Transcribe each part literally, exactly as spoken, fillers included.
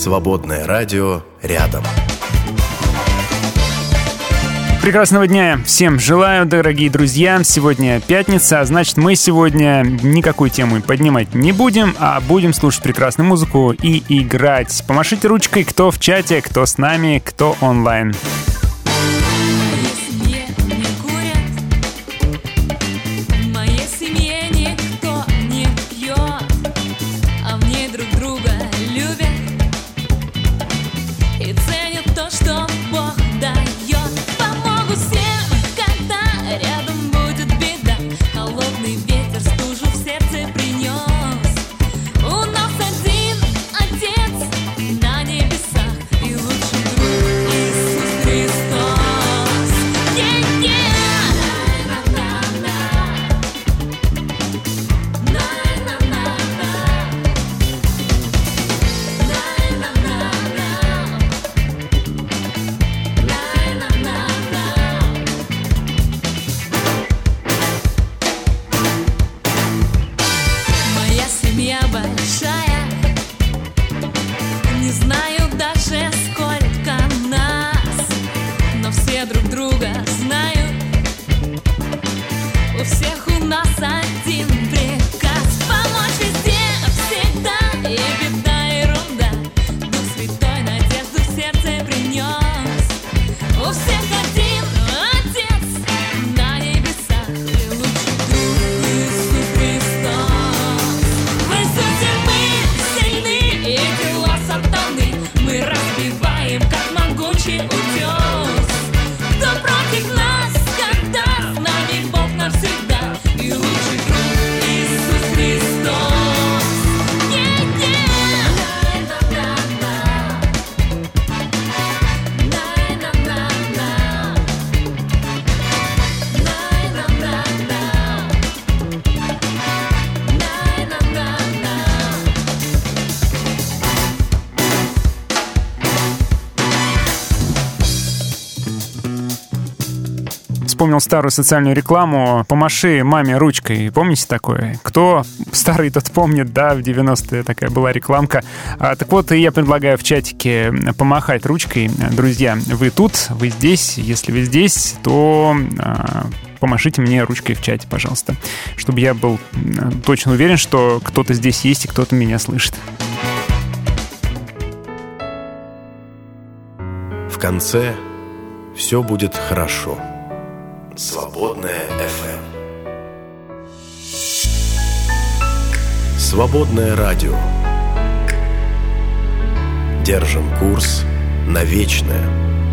Свободное радио рядом. Прекрасного дня всем желаю, дорогие друзья. Сегодня пятница, а значит, мы сегодня никакую тему поднимать не будем, а будем слушать прекрасную музыку и играть. Помашите ручкой, кто в чате, кто с нами, кто онлайн. Вспомнил старую социальную рекламу «Помаши маме ручкой». Помните такое? Кто старый, тот помнит, да, в девяностые такая была рекламка. А, так вот, я предлагаю в чатике помахать ручкой. Друзья, вы тут, вы здесь. Если вы здесь, то а, помашите мне ручкой в чате, пожалуйста, чтобы я был точно уверен, что кто-то здесь есть и кто-то меня слышит. В конце все будет хорошо. Свободное эф эм. Свободное радио. Держим курс на вечное.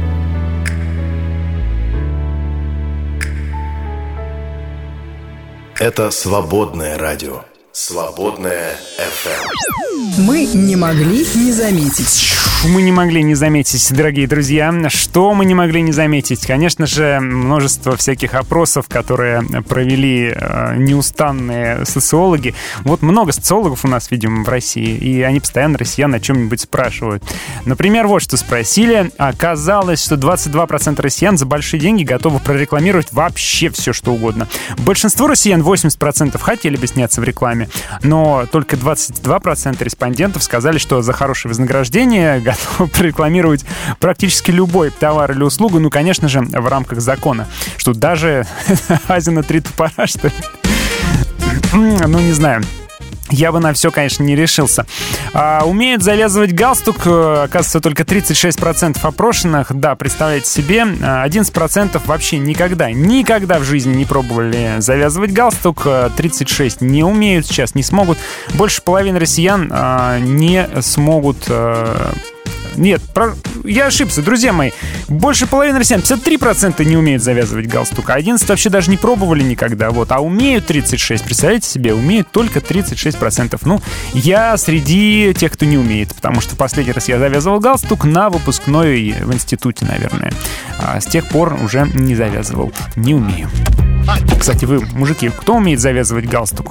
Это свободное радио. Свободное эф эм. Мы не могли не заметить. Мы не могли не заметить, дорогие друзья. Что мы не могли не заметить? Конечно же, множество всяких опросов, которые провели э, неустанные социологи. Вот много социологов у нас, видимо, в России, и они постоянно россиян о чем-нибудь спрашивают. Например, вот что спросили. Оказалось, что двадцать два процента россиян за большие деньги готовы прорекламировать вообще все, что угодно. Большинство россиян, восемьдесят процентов, хотели бы сняться в рекламе, но только двадцать два процента респондентов сказали, что за хорошее вознаграждение готовы прорекламировать практически любой товар или услугу, ну, конечно же, в рамках закона. Что даже Азина три топора, что ли? Ну, не знаю. Я бы на все, конечно, не решился. А, умеют завязывать галстук, оказывается, только тридцать шесть процентов опрошенных. Да, представляете себе, одиннадцать процентов вообще никогда, никогда в жизни не пробовали завязывать галстук. тридцать шесть процентов не умеют, сейчас не смогут. Больше половины россиян а, не смогут... А, Нет, про... я ошибся, друзья мои. Больше половины россиян, пятьдесят три процента не умеют завязывать галстук, а одиннадцать процентов вообще даже не пробовали никогда. Вот. А умеют тридцать шесть процентов, представляете себе, умеют только тридцать шесть процентов. Ну, я среди тех, кто не умеет, потому что в последний раз я завязывал галстук на выпускной в институте, наверное. А с тех пор уже не завязывал, не умею. Кстати, вы, мужики, кто умеет завязывать галстук?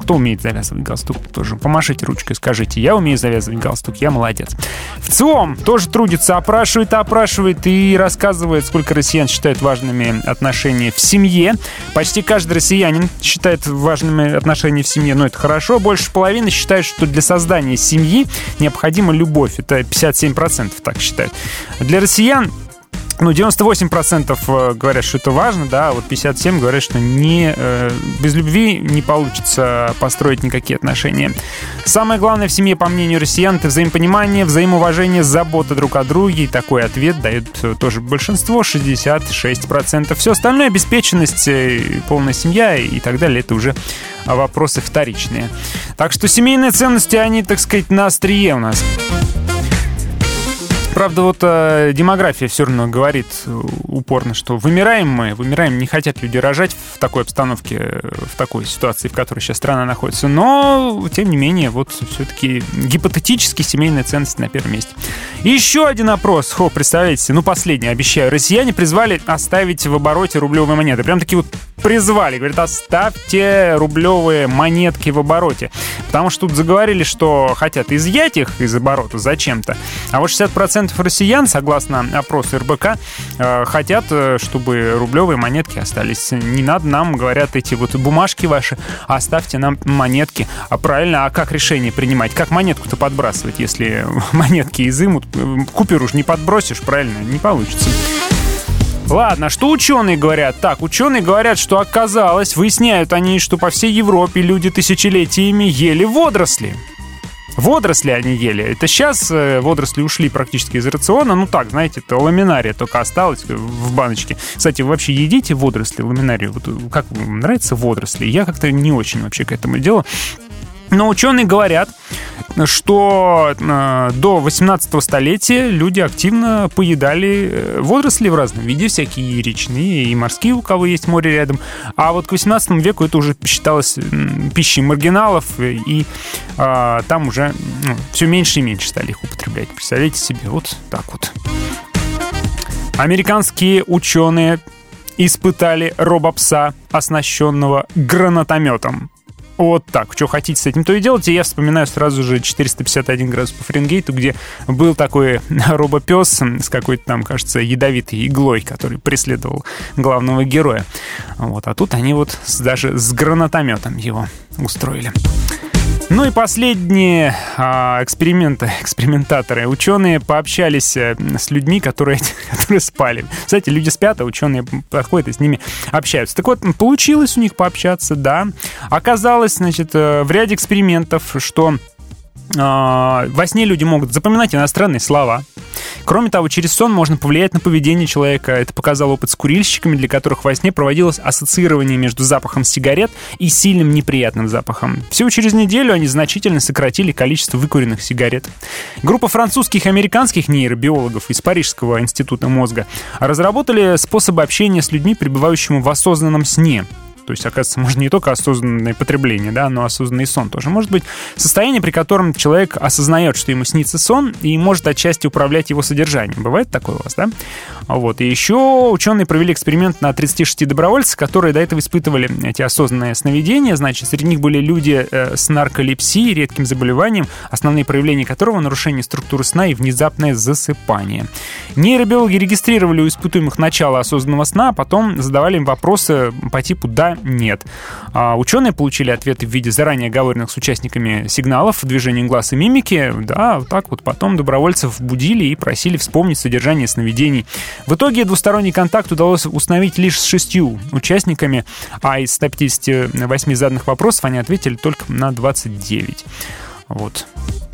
кто умеет завязывать галстук, тоже помашите ручкой, скажите: я умею завязывать галстук, я молодец. ВЦИОМ тоже трудится, опрашивает, опрашивает и рассказывает, сколько россиян считают важными отношения в семье. Почти каждый россиянин считает важными отношения в семье, но это хорошо. Больше половины считают, что для создания семьи необходима любовь. Это пятьдесят семь процентов так считают. Для россиян Ну, девяносто восемь процентов говорят, что это важно, да, а вот пятьдесят семь процентов говорят, что не, э, без любви не получится построить никакие отношения. Самое главное в семье, по мнению россиян, это взаимопонимание, взаимоуважение, забота друг о друге. И такой ответ дает тоже большинство, шестьдесят шесть процентов. Все остальное, обеспеченность, полная семья и так далее, это уже вопросы вторичные. Так что семейные ценности, они, так сказать, на острие у нас. Правда, вот э, демография все равно говорит упорно, что вымираем мы, вымираем, не хотят люди рожать в такой обстановке, в такой ситуации, в которой сейчас страна находится. Но, тем не менее, вот все-таки гипотетически семейная ценность на первом месте. И еще один опрос. Хо, представляете, ну последний, обещаю. Россияне призвали оставить в обороте рублевые монеты. Прям таки вот призвали. Говорят, оставьте рублевые монетки в обороте. Потому что тут заговорили, что хотят изъять их из оборота зачем-то. А вот шестьдесят процентов россиян, согласно опросу эр бэ ка, хотят, чтобы рублевые монетки остались. Не надо нам, говорят, эти вот бумажки ваши, оставьте нам монетки. А правильно, а как решение принимать? Как монетку-то подбрасывать, если монетки изымут? Купюру уж не подбросишь, правильно? Не получится. Ладно, что ученые говорят? Так, ученые говорят, что оказалось, выясняют они, что по всей Европе люди тысячелетиями ели водоросли. Водоросли они ели. Это сейчас водоросли ушли практически из рациона. Ну так, знаете, это ламинария только осталось в баночке. Кстати, вы вообще едите водоросли, ламинарию? Вот как вам нравятся водоросли? Я как-то не очень вообще к этому делу. Но ученые говорят, что э, до восемнадцатого столетия люди активно поедали водоросли в разном виде, всякие речные и морские, у кого есть море рядом. А вот к восемнадцатому веку это уже считалось пищей маргиналов, и э, там уже ну, все меньше и меньше стали их употреблять. Представляете себе, вот так вот. Американские ученые испытали робопса, оснащенного гранатометом. Вот так. Что хотите с этим, то и делайте. Я вспоминаю сразу же четыреста пятьдесят один градус по Фаренгейту, где был такой робопес с какой-то там, кажется, ядовитой иглой, который преследовал главного героя. Вот. А тут они вот даже с гранатометом его устроили. Ну и последние а, эксперименты, экспериментаторы. Ученые пообщались с людьми, которые, которые спали. Кстати, люди спят, а ученые подходят и с ними общаются. Так вот, получилось у них пообщаться, да. Оказалось, значит, в ряде экспериментов, что а, во сне люди могут запоминать иностранные слова. Кроме того, через сон можно повлиять на поведение человека. Это показал опыт с курильщиками, для которых во сне проводилось ассоциирование между запахом сигарет и сильным неприятным запахом. Всего через неделю они значительно сократили количество выкуренных сигарет. Группа французских и американских нейробиологов из Парижского института мозга разработали способы общения с людьми, пребывающими в осознанном сне. То есть, оказывается, можно не только осознанное потребление, да, но осознанный сон тоже. Может быть состояние, при котором человек осознает, что ему снится сон, и может отчасти управлять его содержанием. Бывает такое у вас, да? Вот. И еще ученые провели эксперимент на тридцати шести добровольцах, которые до этого испытывали эти осознанные сновидения. Значит, среди них были люди с нарколепсией, редким заболеванием, основные проявления которого — нарушение структуры сна и внезапное засыпание. Нейробиологи регистрировали у испытуемых начало осознанного сна, а потом задавали им вопросы по типу «да», нет. А ученые получили ответы в виде заранее оговоренных с участниками сигналов, движения глаз и мимики. Да, вот так вот. Потом добровольцев будили и просили вспомнить содержание сновидений. В итоге двусторонний контакт удалось установить лишь с шестью участниками, а из ста пятидесяти восьми заданных вопросов они ответили только на двадцать девять. Вот.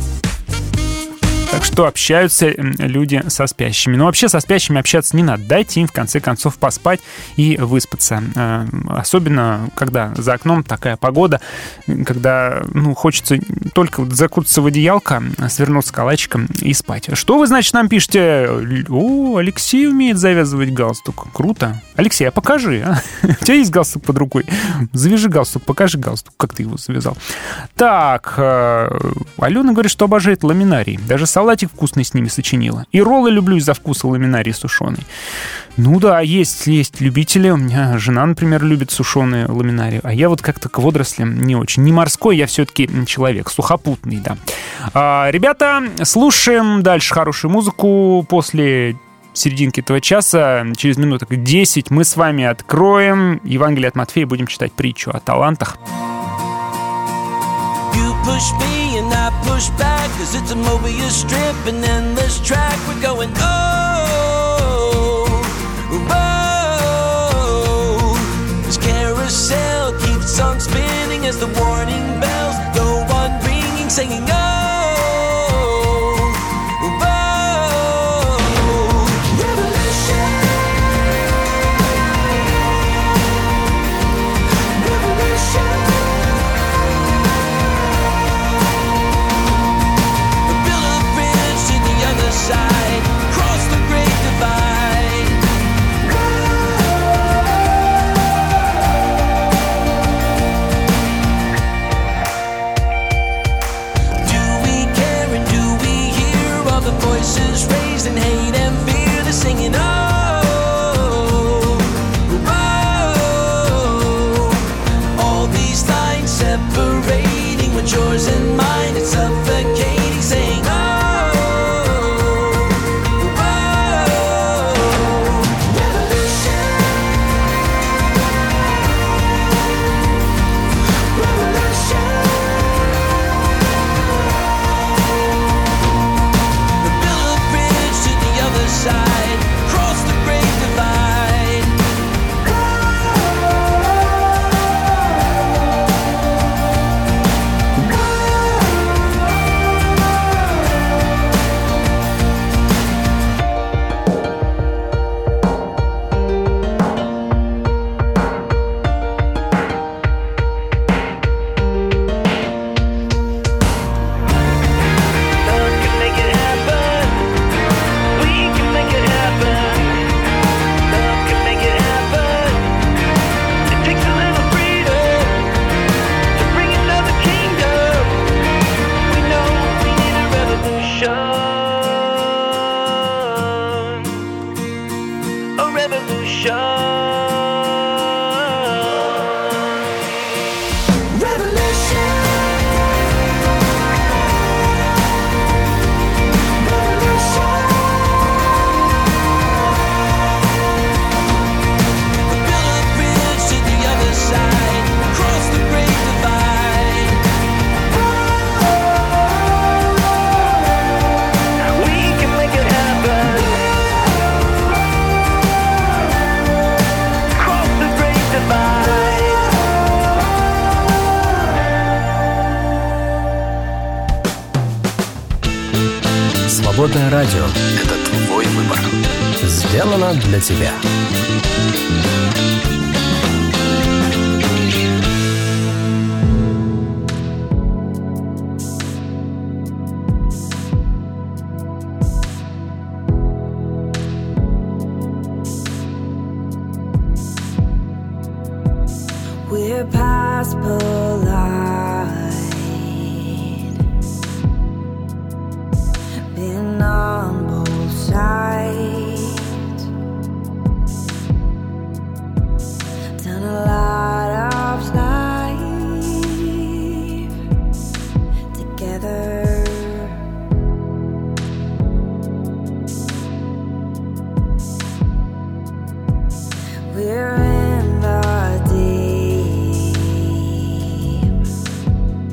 Так что общаются люди со спящими. Но вообще со спящими общаться не надо. Дайте им, в конце концов, поспать и выспаться. Особенно, когда за окном такая погода, когда ну, хочется только закутаться в одеялко, свернуться калачиком и спать. Что вы, значит, нам пишете? О, Алексей умеет завязывать галстук. Круто. Алексей, а покажи, а? У тебя есть галстук под рукой? Завяжи галстук, покажи галстук, как ты его завязал. Так, Алена говорит, что обожает ламинарий. Даже салат салатик вкусный с ними сочинила. И роллы люблю из-за вкуса ламинарии сушеной. Ну да, есть, есть любители. У меня жена, например, любит сушеные ламинарии. А я вот как-то к водорослям не очень. Не морской, я все-таки человек, сухопутный, да. А, ребята, слушаем дальше хорошую музыку. После серединки этого часа, через минуток десять, мы с вами откроем Евангелие от Матфея, будем читать притчу о талантах. Push me and I push back, cause it's a Mobius strip, an endless track. We're going, oh, oh. This carousel keeps on spinning as the warning bells go on ringing, singing, oh, oh. Revolution, revolution. Side, cross the great divide. Do we care and do we hear all the voices raised in hate and fear? They're singing, oh, oh. All these lines separating what's yours and mine, it's suffocating, saying, oh. Свободное радио – это твой выбор. Сделано для тебя. We're past polite, been on both sides, done a lot of life together. We're in the deep,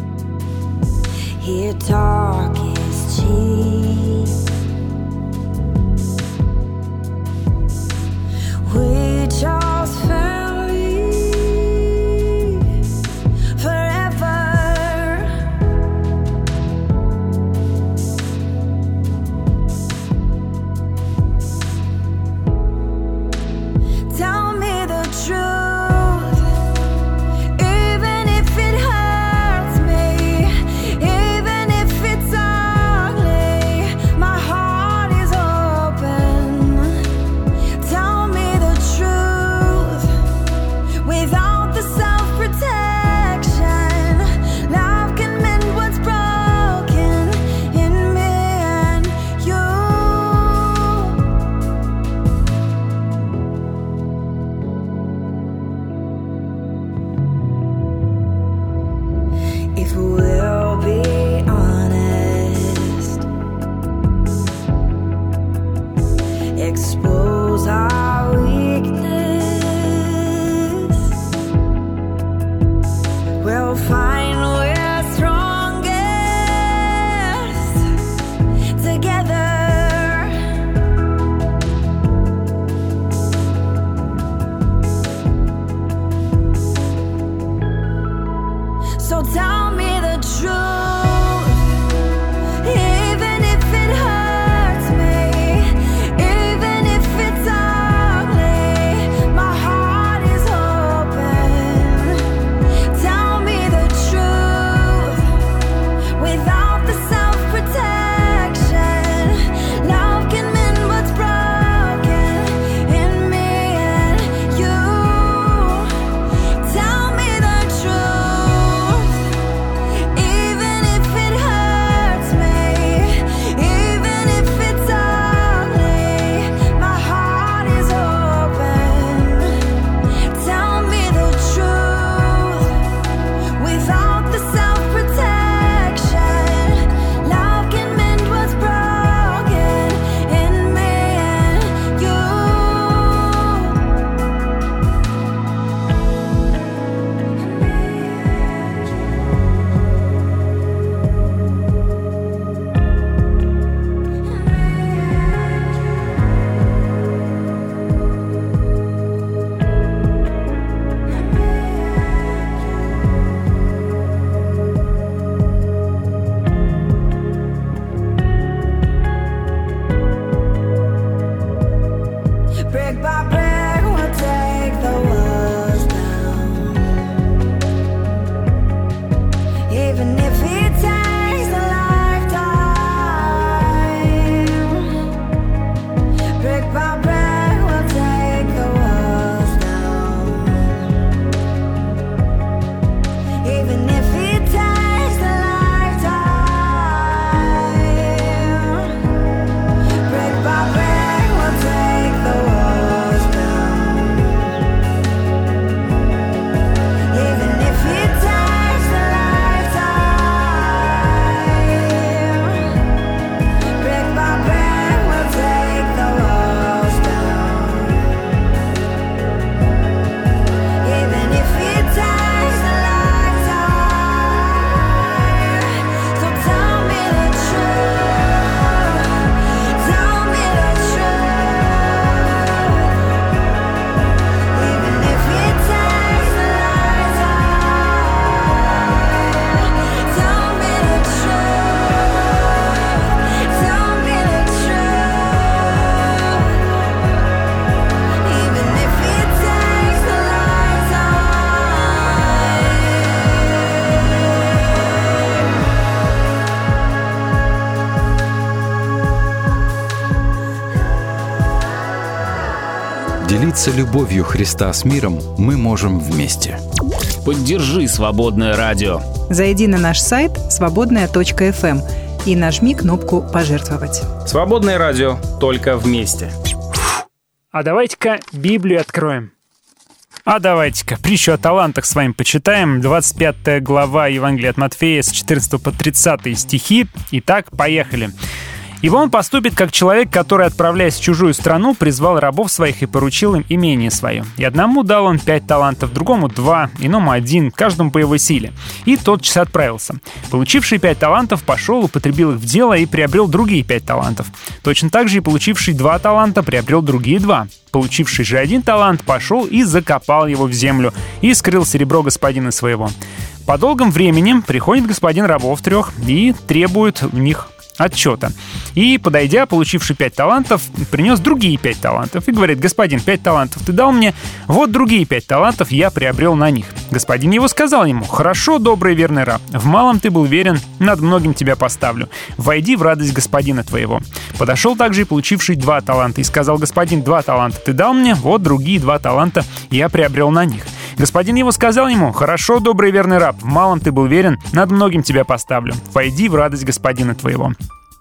expose our weakness. We'll find we're strongest together. So tell me the truth, even if it hurts me, even if it's ugly, my heart is open. Tell me the truth, without the self-protection, love can mend what's broken in me and you. Tell me the truth, even if it hurts me, even if it's ugly, my heart is open. Tell me the truth, without the self-protection, love can mend what's broken in me and you. Brick by brick, we'll take the walls down. Even if it takes a lifetime. Brick by brick, we'll take the walls down. Even if it takes a lifetime. Brick by brick, we'll take the walls down. Even if it takes a lifetime. Brick by brick, we'll take the walls down. Even if it takes a lifetime. So tell me the truth, tell me the truth. Even if it takes a lifetime. Tell me the truth, tell me the truth. Even if it takes a Делиться любовью Христа с миром мы можем вместе. Поддержи «Свободное радио». Зайди на наш сайт свободная точка эф эм и нажми кнопку «Пожертвовать». «Свободное радио» только вместе. А давайте-ка Библию откроем. А давайте-ка притчу о талантах с вами почитаем. двадцать пятая глава Евангелия от Матфея с четырнадцатого по тридцатый стихи. Итак, поехали. «Ибо он поступит, как человек, который, отправляясь в чужую страну, призвал рабов своих и поручил им имение свое. И одному дал он пять талантов, другому два, иному один, каждому по его силе. И тотчас отправился. Получивший пять талантов пошел, употребил их в дело и приобрел другие пять талантов. Точно так же и получивший два таланта приобрел другие два. Получивший же один талант пошел и закопал его в землю, и скрыл серебро господина своего. По долгом времени приходит господин рабов трех и требует у них отчета. И, подойдя, получивший пять талантов, принес другие пять талантов и говорит: господин, пять талантов ты дал мне, вот другие пять талантов я приобрел на них. Господин его сказал ему: хорошо, добрый верный раб, в малом ты был верен, над многим тебя поставлю. Войди в радость господина твоего. Подошел также и получивший два таланта и сказал: господин, два таланта ты дал мне, вот другие два таланта я приобрел на них. Господин его сказал ему: хорошо, добрый верный раб, в малом ты был верен, над многим тебя поставлю. Войди в радость господина твоего.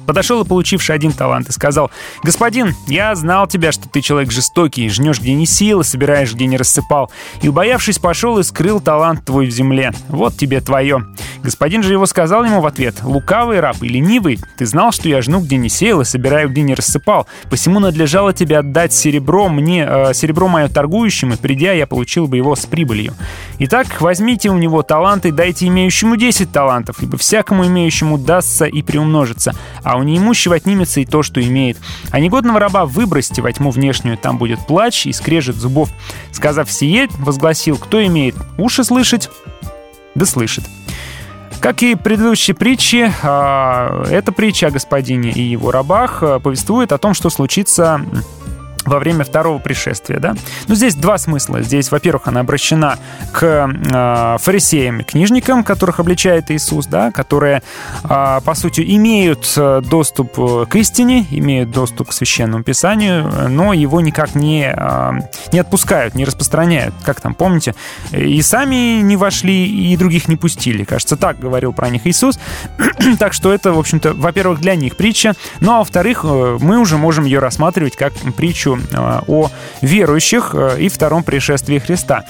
Подошел и получивший один талант и сказал: «Господин, я знал тебя, что ты человек жестокий, жнешь, где не сил, и собираешь, где не рассыпал. И, убоявшись, пошел и скрыл талант твой в земле. Вот тебе твое». Господин же его сказал ему в ответ: «Лукавый раб и ленивый, ты знал, что я жну, где не сеял, и собираю, где не рассыпал. Посему надлежало тебе отдать серебро мне, э, серебро мое торгующим, и придя, я получил бы его с прибылью. Итак, возьмите у него таланты, дайте имеющему десять талантов, ибо всякому имеющему дастся и приумножится, а у неимущего отнимется и то, что имеет. А негодного раба выбросьте во тьму внешнюю, там будет плач и скрежет зубов». Сказав сие, возгласил: «Кто имеет уши слышать, да слышит». Как и предыдущие притчи, эта притча о господине и его рабах повествует о том, что случится во время второго пришествия, да? Ну, здесь два смысла. Здесь, во-первых, она обращена к э, фарисеям и книжникам, которых обличает Иисус, да, которые, э, по сути, имеют доступ к истине, имеют доступ к Священному Писанию, но его никак не, э, не отпускают, не распространяют. Как там, помните? И сами не вошли, и других не пустили. Кажется, так говорил про них Иисус. Так что это, в общем-то, во-первых, для них притча, ну, а во-вторых, мы уже можем ее рассматривать как притчу о верующих и втором пришествии Христа.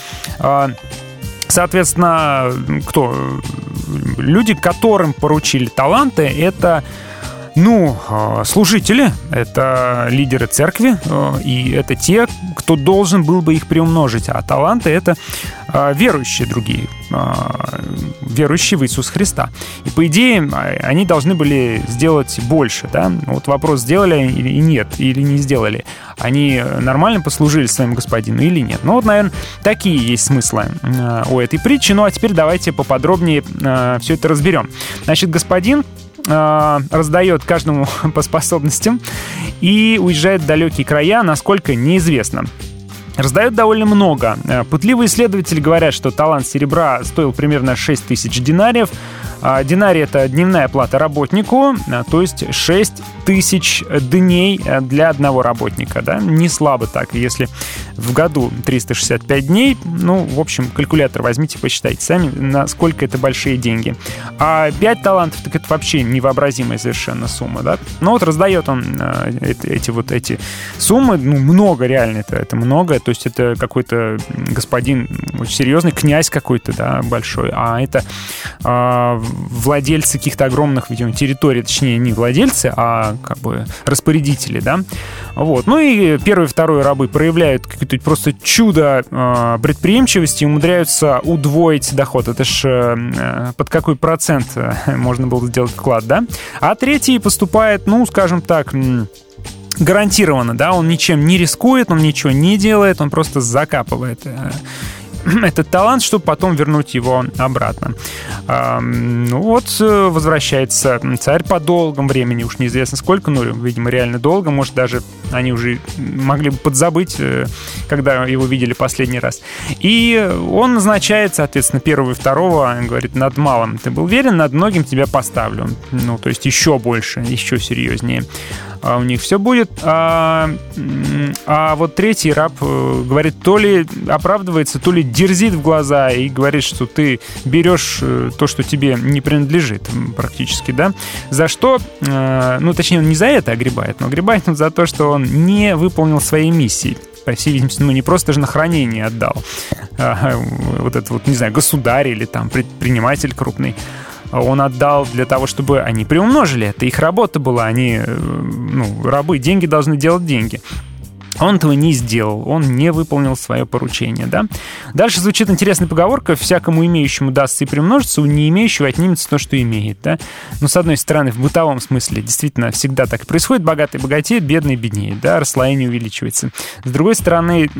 Соответственно, кто? Люди, которым поручили таланты, это, ну, служители, это лидеры церкви, и это те, кто должен был бы их приумножить. А таланты — это верующие другие, верующие в Иисуса Христа. И, по идее, они должны были сделать больше, да? Вот вопрос, сделали или нет, или не сделали. Они нормально послужили своему господину или нет? Ну вот, наверное, такие есть смыслы у этой притчи. Ну а теперь давайте поподробнее все это разберем. Значит, господин раздает каждому по способностям и уезжает в далекие края, насколько неизвестно. Раздает довольно много. Пытливые исследователи говорят, что талант серебра стоил примерно шесть тысяч динариев. Динарий — это дневная плата работнику, то есть шесть тысяч дней для одного работника. Да? Не слабо так. Если в году триста шестьдесят пять дней, ну, в общем, калькулятор возьмите, посчитайте сами, насколько это большие деньги. А пять талантов, так это вообще невообразимая совершенно сумма. Да? Но вот раздает он эти, эти вот эти суммы, ну, много реально, это, это много. То есть это какой-то господин, очень серьезный князь какой-то, да, большой. А это а, владельцы каких-то огромных, видимо, территорий, точнее, не владельцы, а как бы распорядители, да. Вот. Ну и первый и второй рабы проявляют какое-то просто чудо э, предприимчивости и умудряются удвоить доход. Это ж э, под какой процент можно было сделать вклад, да? А третий поступает, ну, скажем так, гарантированно, да, он ничем не рискует, он ничего не делает, он просто закапывает этот талант, чтобы потом вернуть его обратно. Ну вот, возвращается царь по долгому времени, уж неизвестно сколько, ну, видимо, реально долго, может, даже они уже могли бы подзабыть, когда его видели последний раз. И он назначает, соответственно, первого и второго, говорит: над малым ты был верен, над многим тебя поставлю. Ну, то есть еще больше, еще серьезнее у них все будет. А, а вот третий раб говорит, то ли оправдывается, то ли дерзит в глаза и говорит, что ты берешь то, что тебе не принадлежит практически, да, за что, ну, точнее, он не за это огребает, но огребает он за то, что он не выполнил своей миссии. По всей видимости, ну, не просто же на хранение отдал а, вот это вот, не знаю, государь или там предприниматель крупный. Он отдал для того, чтобы они приумножили. Это их работа была. Они, ну, рабы, деньги должны делать деньги. Он этого не сделал, он не выполнил свое поручение, да? Дальше звучит интересная поговорка: всякому имеющему дастся и приумножится, у не имеющего отнимется то, что имеет, да? Но, с одной стороны, в бытовом смысле действительно всегда так и происходит: богатый богатеет, бедный беднеет, да? Расслоение увеличивается. С другой стороны,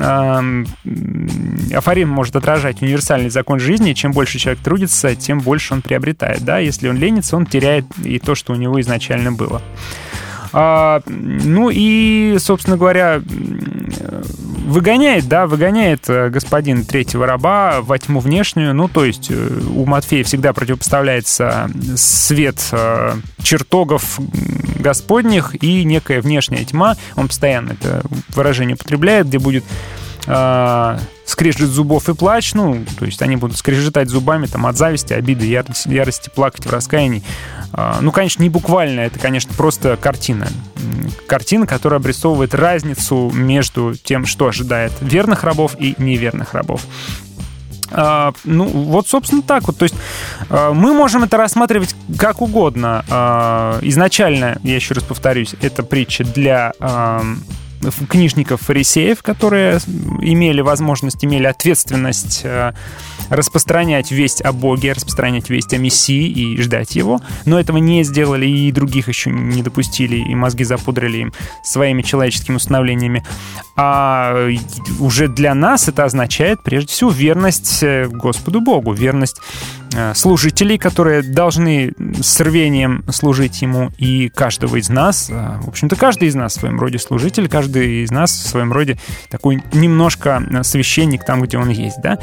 афоризм может отражать универсальный закон жизни: чем больше человек трудится, тем больше он приобретает, да? Если он ленится, он теряет и то, что у него изначально было. А, ну и, собственно говоря, выгоняет, да, выгоняет господин третьего раба во тьму внешнюю. Ну, то есть у Матфея всегда противопоставляется свет чертогов Господних и некая внешняя тьма. Он постоянно это выражение употребляет, где будет э, скрежет зубов и плач, ну, то есть они будут скрежетать зубами там, от зависти, обиды, ярости, ярости плакать в раскаянии. Э, ну, конечно, не буквально, это, конечно, просто картина. Картина, которая обрисовывает разницу между тем, что ожидает верных рабов и неверных рабов. Uh, ну, вот, собственно, так вот. То есть uh, мы можем это рассматривать как угодно. Uh, изначально, я еще раз повторюсь, это притча для uh, книжников-фарисеев, которые имели возможность, имели ответственность uh, распространять весть о Боге, распространять весть о Мессии и ждать Его. Но этого не сделали, и других еще не допустили, и мозги запудрили им своими человеческими установлениями. А уже для нас это означает, прежде всего, верность Господу Богу, верность служителей, которые должны с рвением служить Ему, и каждого из нас, в общем-то, каждый из нас в своем роде служитель, каждый из нас в своем роде такой немножко священник там, где он есть, да.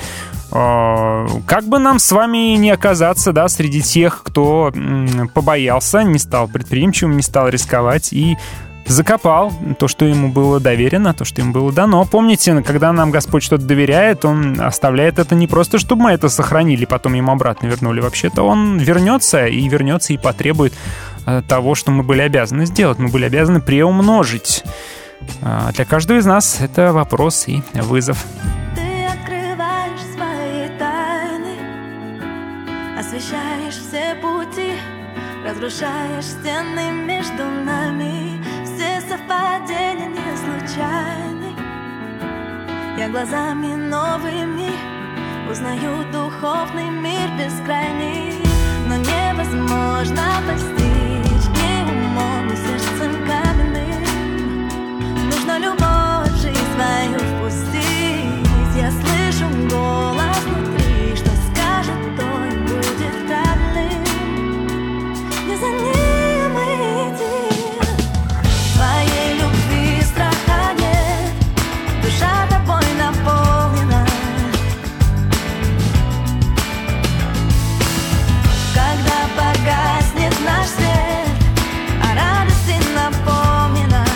Как бы нам с вами не оказаться, да, среди тех, кто побоялся, не стал предприимчивым, не стал рисковать и закопал то, что ему было доверено, то, что ему было дано. Помните, когда нам Господь что-то доверяет, Он оставляет это не просто, чтобы мы это сохранили, потом ему обратно вернули. Вообще-то Он вернется и вернется и потребует того, что мы были обязаны сделать. Мы были обязаны приумножить. Для каждого из нас это вопрос и вызов. Ты открываешь свои тайны, освещаешь все пути, разрушаешь стены между нами. Все совпадения не случайны. Я глазами новыми узнаю духовный мир бескрайний. Но невозможно постичь ни умом, ни сердцем каменным. Нужно любовь в жизнь свою впустить. Я слышу голос внутри, что скажет, то и будет правильным. Не за ним идти. Твоей любви страха нет, душа тобой наполнена. Когда погаснет наш свет, о радости напомнена.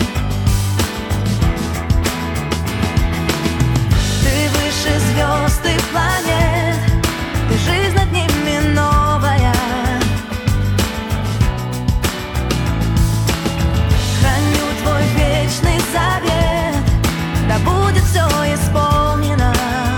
Ты выше звезд и планет, ты жизнь над ними новая. Храню твой вечный завет, да будет все исполнено.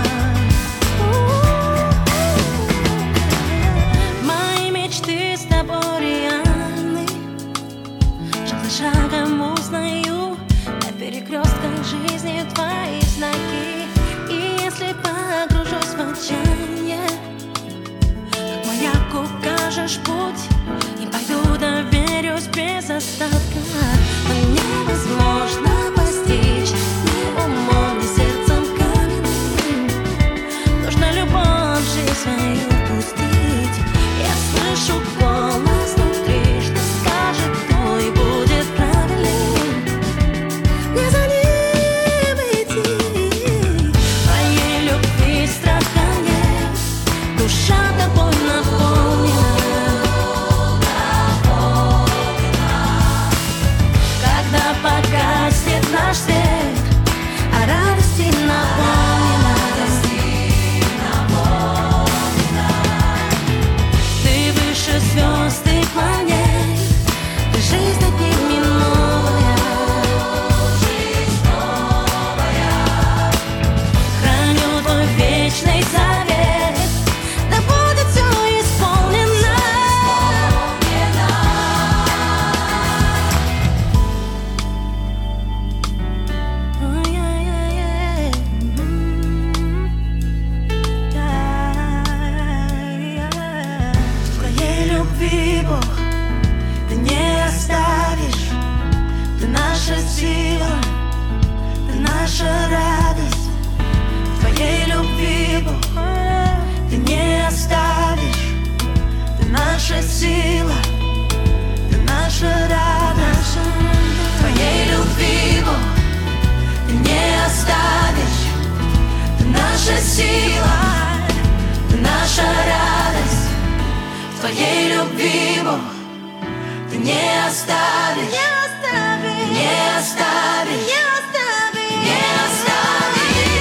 Мои мечты с тобой реальны. Шаг за шагом узнаю на перекрестках жизни твои знаки. И если погружусь в отчаяние, как маяк укажешь путь, и пойду доверюсь без остатка. Но невозможно постичь ни умом, ни сердцем каменным. Нужно любовь в жизнь свою впустить. Я слышу голос внутри, что скажет, то и будет правильным. Не за ним идти. Твоей любви страха нет, душа тобой наполнена. Когда погаснет наш свет, а радости наполнена. Ты выше звезд и планет, ты жизнь над ними новая. Храню твой вечный завет, да будет все исполнено. Ой-ой-ой-ой. М-м-м. В твоей любви, Бог, ты не оставишь. Ты наша сила, ты наша радость. В твоей любви, Бог, ты не оставишь. Ты наша сила, ты наша радость. В твоей любви, Бог, ты не оставишь. Ты наша сила, ты наша радость. В твоей любви, Бог, ты не оставишь. Не оставишь. Не оставишь. Не оставишь. Не оставишь.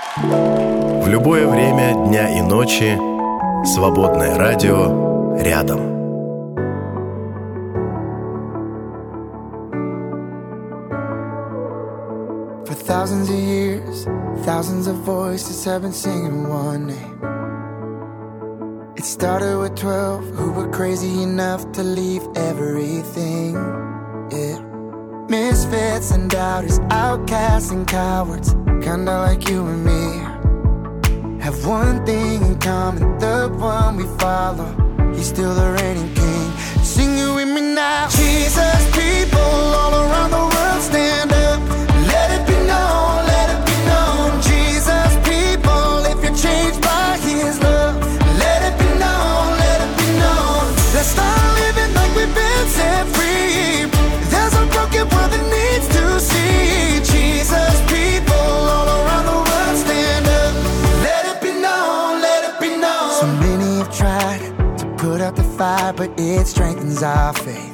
В любое время дня и ночи свободное радио рядом. For thousands of years, thousands of voices have been singing one name. It started with twelve who were crazy enough to leave everything. Yeah. Misfits and doubters, outcasts and cowards, kinda like you and me, have one thing in common, the one we follow. He's still the reigning king. Sing it with me now. Jesus, people all around the world stand up. Let it be known, let it be known. Jesus, people, if you're changed by His love, let it be known, let it be known. Let's start living like we've been set free. There's a broken world that needs to see. Jesus, people all around the world stand up. Let it be known, let it be known. So many have tried to put up the fight, but it strengthens our faith.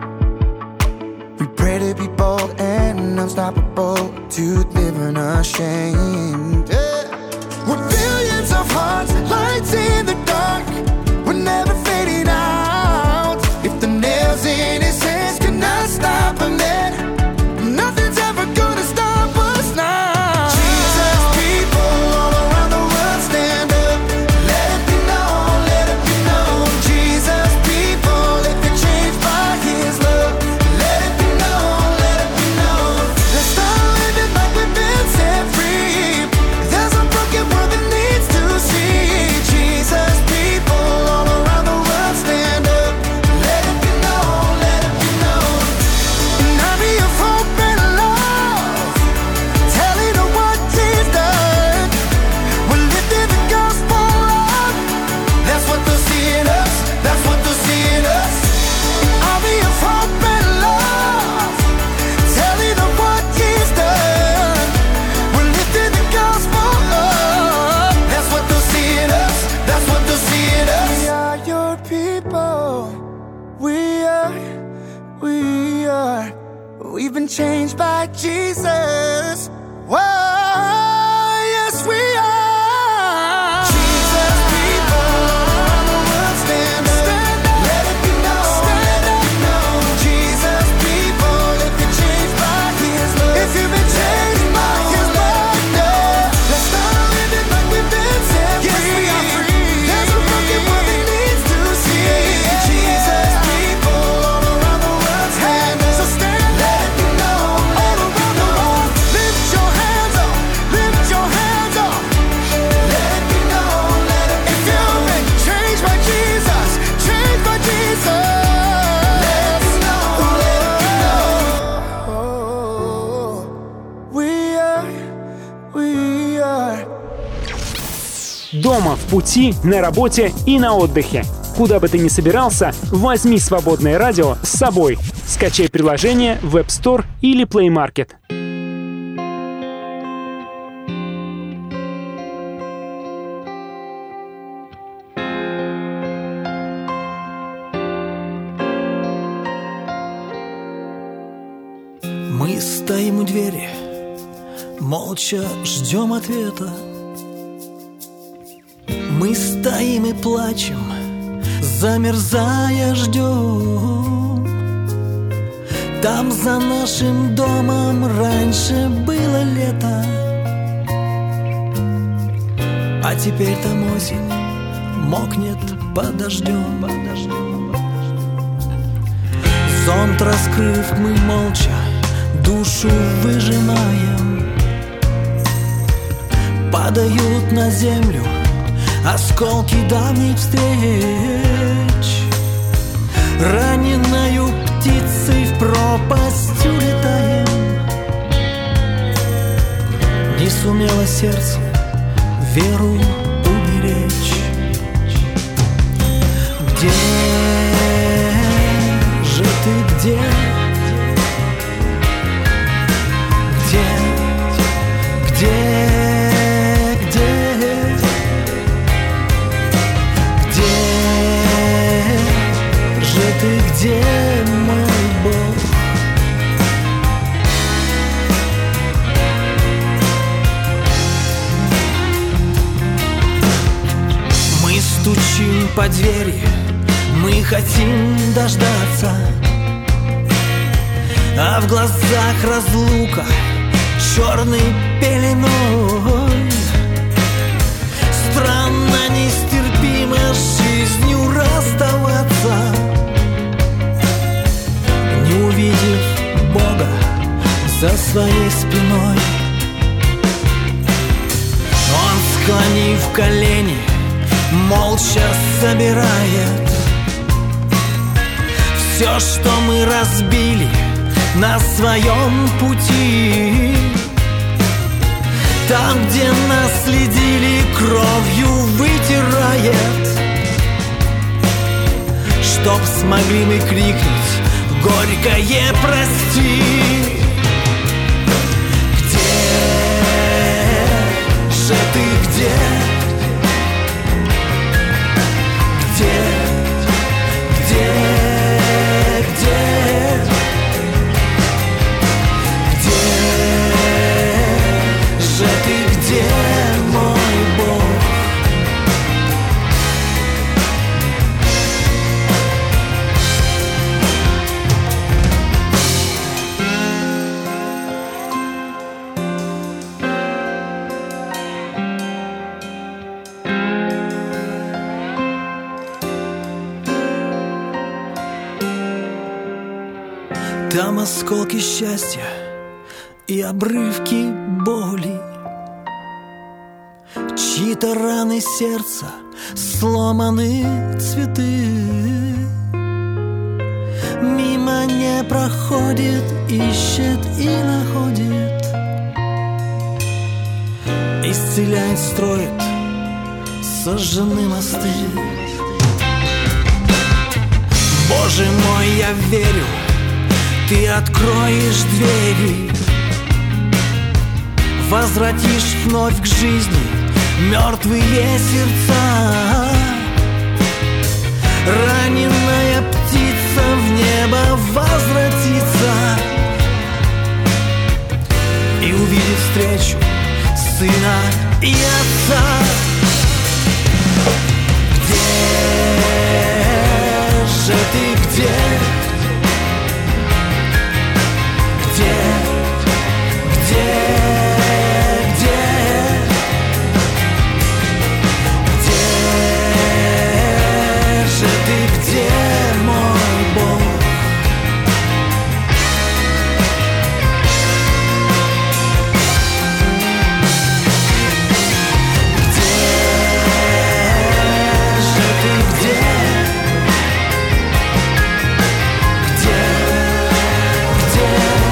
We pray to be bold and unstoppable, to live unashamed. Yeah. We're billions of hearts, lights in the dark. We're never fading out. If the nails in His hands cannot stop Him, then nothing's ever gonna stop us now. Jesus, people all around the world stand up. Let it be known, let it be known. Jesus, people, if you're changed by His love, let it be known, let it be known. Let's start living like we've been set free. There's a broken world that needs to see. Jesus, people all around the world stand up. Let it be known, let it be known. An army of hope and love, telling them what He's done. We're lifting the gospel up. That's what they'll see in us. That's what they'll see in us. An army of hope and love, telling them what He's done. We're lifting the gospel up. That's what they'll see in us. That's what they'll see in us. We are your people. We are, we are. We've been changed by Jesus. Whoa, yes we are. Jesus, people around the world stand up. Let it be known, let it be known. Jesus, people, if you're changed by His love, if you've been changed by His love, yeah. Let's start living like we've been set free. Yes, we are free. There's a broken world that needs to see. Jesus, people all around the world stand up. So stand, let it be known, all around the world. Lift your hands up, lift your hands up. Let it be known, let it be known. If you've been changed by Jesus, changed by Jesus, let it be known, let it be known. We are, we are. Дома, в пути, на работе и на отдыхе. Куда бы ты ни собирался, возьми свободное радио с собой. Скачай приложение в App Store или Play Market. Мы стоим у двери, молча ждем ответа. Мы стоим и плачем, замерзая ждем. Там за нашим домом раньше было лето, а теперь там осень мокнет под дождем. Зонт раскрыв, мы молча душу выжимаем. Падают на землю осколки давних встреч. Раненою птицей в пропасть улетаем. Не сумело сердце веру уберечь. Где же ты, где? Где, где, где? Где же ты, где, мой Бог? по двери мы хотим дождаться, а в глазах разлука черной пеленой. Странно, нестерпимо с жизнью расставаться, не увидев Бога за своей спиной. Он, склонив колени, молча собирает все, что мы разбили на своем пути. Там, где нас следили, кровью вытирает, чтоб смогли мы крикнуть горькое «Прости!». Где же ты, где? Где, где, где? Где же ты, где, мой Бог? Там осколки счастья и обрывки боли, чьи-то раны сердца, сломаны цветы. Мимо не проходит, ищет и находит, исцеляет, строит сожжены мосты. Боже мой, я верю, ты откроешь двери, возвратишь вновь к жизни мертвые сердца. Раненая птица в небо возвратится и увидит встречу сына и отца. Где же ты, где? Где, где, где? Где же ты, где, мой Бог? Где же ты, где? Где, где?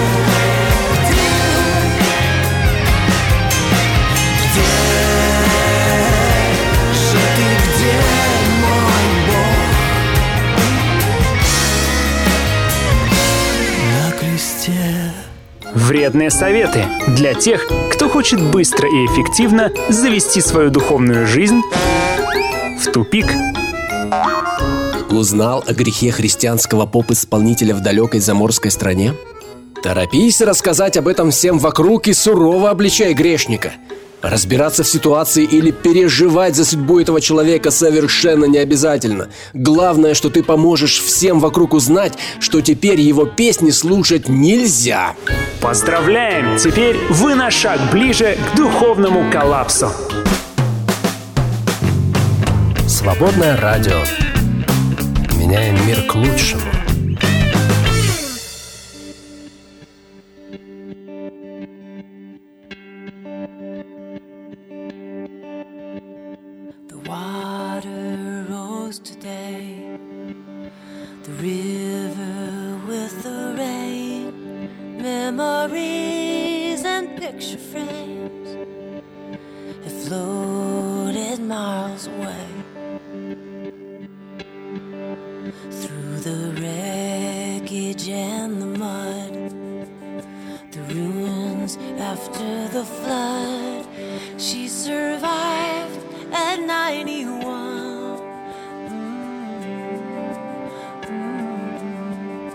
Вредные советы для тех, кто хочет быстро и эффективно завести свою духовную жизнь в тупик. Узнал о грехе христианского поп-исполнителя в далекой заморской стране? Торопись рассказать об этом всем вокруг и сурово обличай грешника. Разбираться в ситуации или переживать за судьбу этого человека совершенно не обязательно. Главное, что ты поможешь всем вокруг узнать, что теперь его песни слушать нельзя. Поздравляем! Теперь вы на шаг ближе к духовному коллапсу. Свободное радио. Меняем мир к лучшему. Water rose today, the river with the rain, memories and picture frames have floated miles away. Through the wreckage and the mud, the ruins after the flood, she survived at ninety-one. Mm-hmm.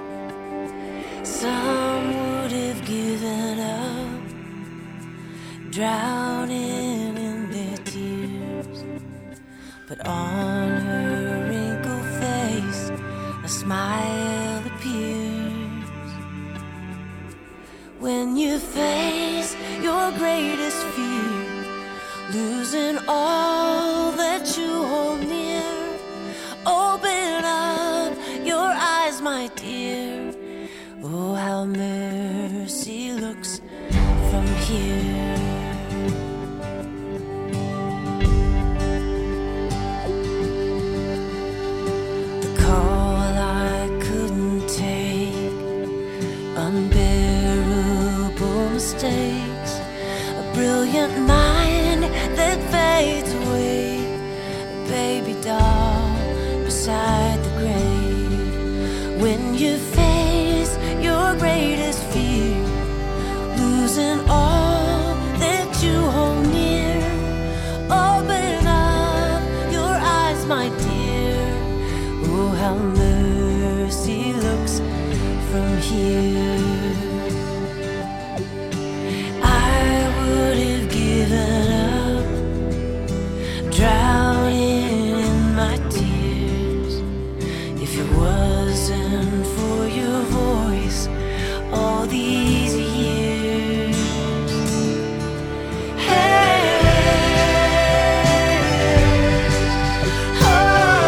Some would have given up, drowning in their tears, but on her wrinkled face a smile appears. When you face your greatest fear, losing all that you hold near, open up your eyes, my dear. Oh, how mercy looks from here. The call I couldn't take, unbearable mistakes, a brilliant mind that fades away, a baby doll beside the grave. When you face your greatest fear, losing all that you hold near, open up your eyes, my dear. Oh, how mercy looks from here. I would have given up, drowning in my tears, if it wasn't for your voice all these years. Hey, oh, oh,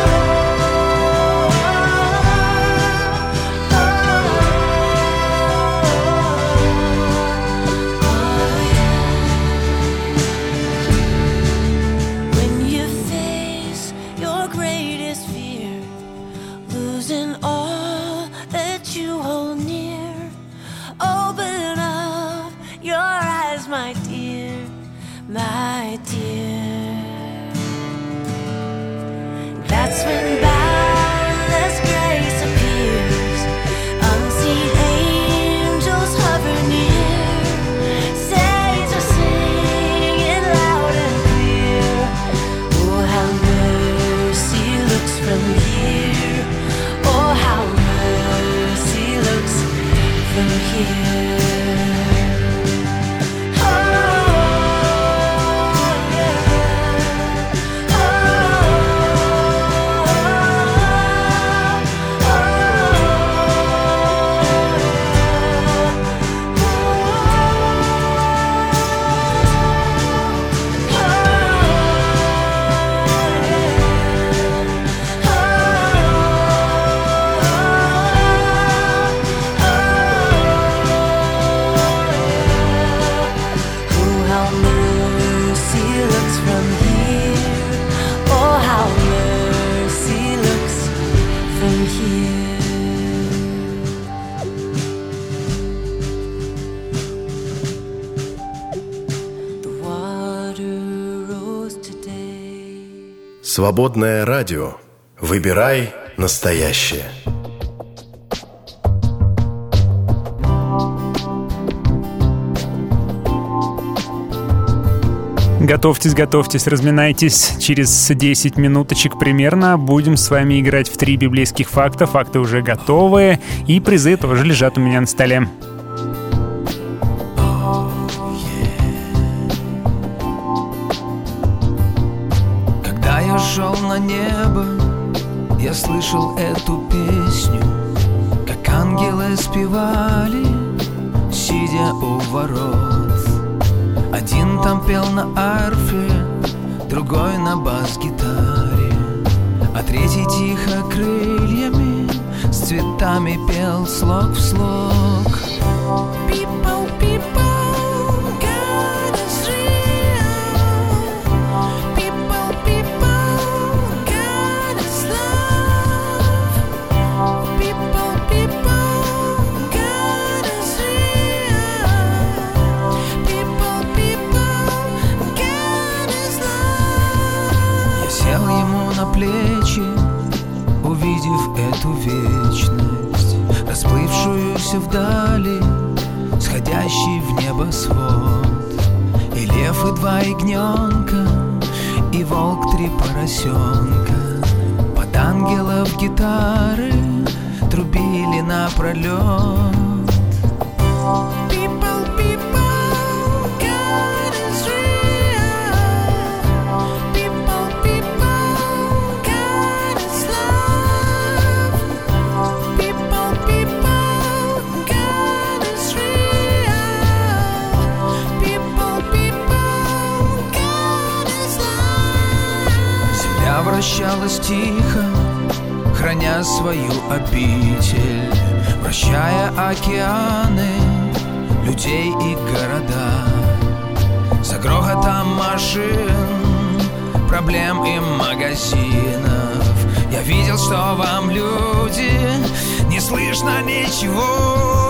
oh, oh, yeah. When you face your greatest fear, losing all that you hold near, open up your eyes, my dear, my dear. That's when boundless grace appears, unseen angels hover near, saints are singing loud and clear. Oh, how mercy looks from here. Oh, how mercy looks from here. Oh, yeah. Oh, Свободное радио. Выбирай настоящее. Готовьтесь, готовьтесь, разминайтесь. Через десять минуточек примерно будем с вами играть в три библейских факта. Факты уже готовы, и призы тоже лежат у меня на столе. Когда я шел на небо, я слышал эту песню, как ангелы спевали, сидя у ворот. Один там пел на арфе, другой на бас-гитаре, а третий тихо крыльями с цветами пел слог в слог. People, people, God is real. People, people, God is love. People, people, God is real. People, people, God is love. Я сел ему на плечи, увидев эту вечность, расплывшуюся вдали, сходящий в небо свод. И лев, и два ягненка, и волк, три поросенка. Под ангелов гитары трубили напролет. People, people, God is real. People, people, возвращалась тихо, храня свою обитель, вращая океаны людей и города. За грохотом машин, проблем и магазинов я видел, что вам, люди, не слышно ничего.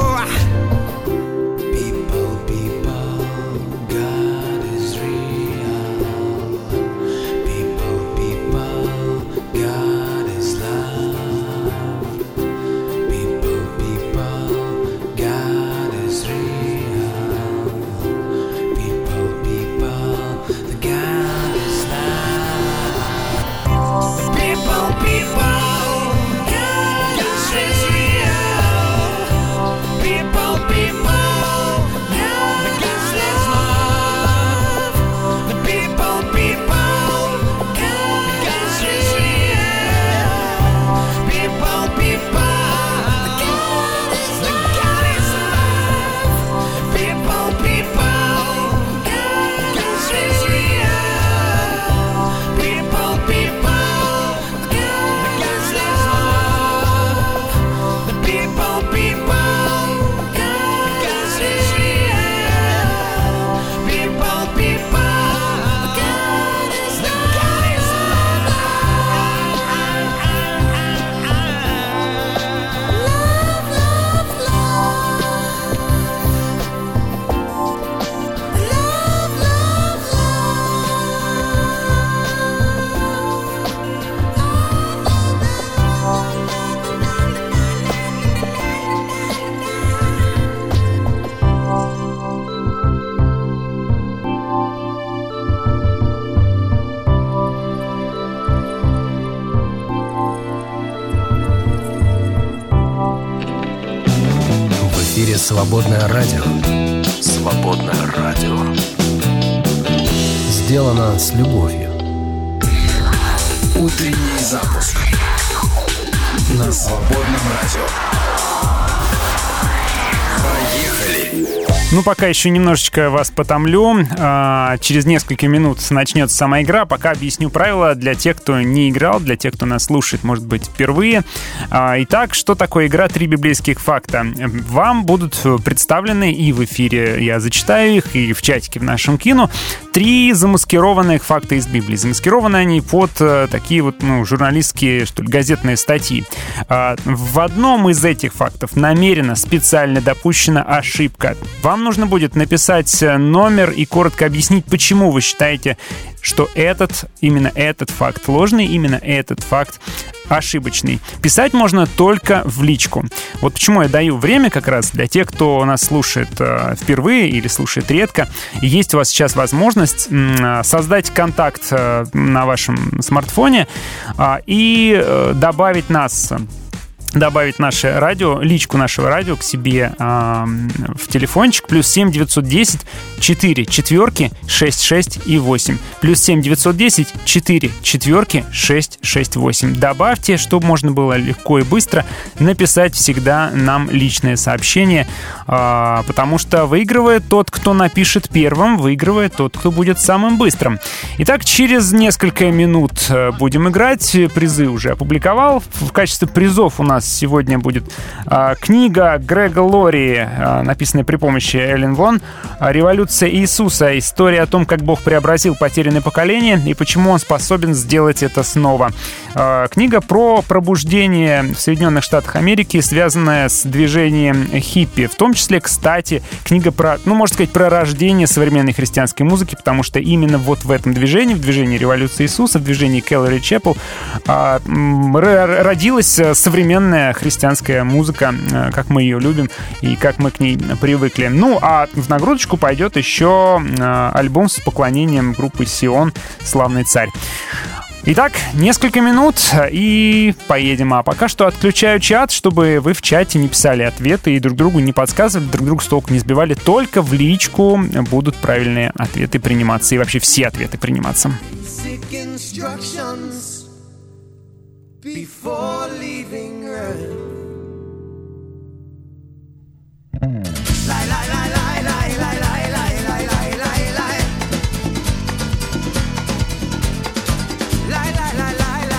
Свободное радио. Свободное радио. Сделано с любовью. Утренний запуск на Свободном радио. Поехали! Ну, пока еще немножечко вас потомлю. А, через несколько минут начнется сама игра. Пока объясню правила для тех, кто не играл, для тех, кто нас слушает, может быть, впервые. А, итак, что такое игра «Три библейских факта»? Вам будут представлены и в эфире, я зачитаю их, и в чатике в нашем кину, три замаскированных факта из Библии. Замаскированы они под а, такие вот, ну, журналистские, что ли, газетные статьи. А, в одном из этих фактов намеренно, специально допущена ошибка. Вам нужно будет написать номер и коротко объяснить, почему вы считаете, что этот, именно этот факт ложный, именно этот факт ошибочный. Писать можно только в личку. Вот почему я даю время как раз для тех, кто нас слушает э, впервые или слушает редко. Есть у вас сейчас возможность э, создать контакт э, на вашем смартфоне э, и э, добавить нас... добавить наше радио, личку нашего радио к себе э, в телефончик. Плюс семь девятьсот десять четыре четверки шесть шесть и восемь. Плюс семь девятьсот десять четыре четверки шесть шесть восемь. Добавьте, чтобы можно было легко и быстро написать всегда нам личное сообщение, э, потому что выигрывает тот, кто напишет первым, выигрывает тот, кто будет самым быстрым. Итак, через несколько минут будем играть. Призы уже опубликовал. В качестве призов у нас сегодня будет а, книга Грега Лори, а, написанная при помощи Эллен Вон, «Революция Иисуса. История о том, как Бог преобразил потерянное поколение и почему Он способен сделать это снова». А, книга про пробуждение в Соединенных Штатах Америки, связанная с движением хиппи. В том числе, кстати, книга про, ну, можно сказать, про рождение современной христианской музыки, потому что именно вот в этом движении, в движении «Революции Иисуса», в движении Кэллори Чепел а, родилась современная христианская музыка, как мы ее любим и как мы к ней привыкли. Ну, а в нагрузочку пойдет еще альбом с поклонением группы «Сион. Славный царь». Итак, несколько минут и поедем. А пока что отключаю чат, чтобы вы в чате не писали ответы и друг другу не подсказывали, друг друга с толку не сбивали. Только в личку будут правильные ответы приниматься и вообще все ответы приниматься. Before leaving Earth. Lie, lie, lie, lie, lie, lie, lie, lie, lie, lie, lie, lie. Lie, lie, lie, lie,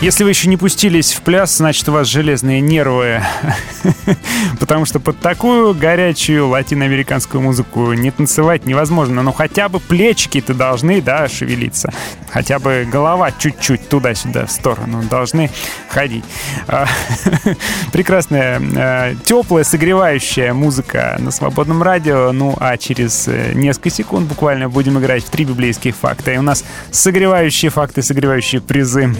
Если вы еще не пустились в пляс, значит, у вас железные нервы. Потому что под такую горячую латиноамериканскую музыку не танцевать невозможно. Но хотя бы плечики-то должны, да, шевелиться. Хотя бы голова чуть-чуть туда-сюда в сторону должны ходить. Прекрасная, теплая, согревающая музыка на Свободном радио. Ну, а через несколько секунд буквально будем играть в три библейских факта. И у нас согревающие факты, согревающие призы.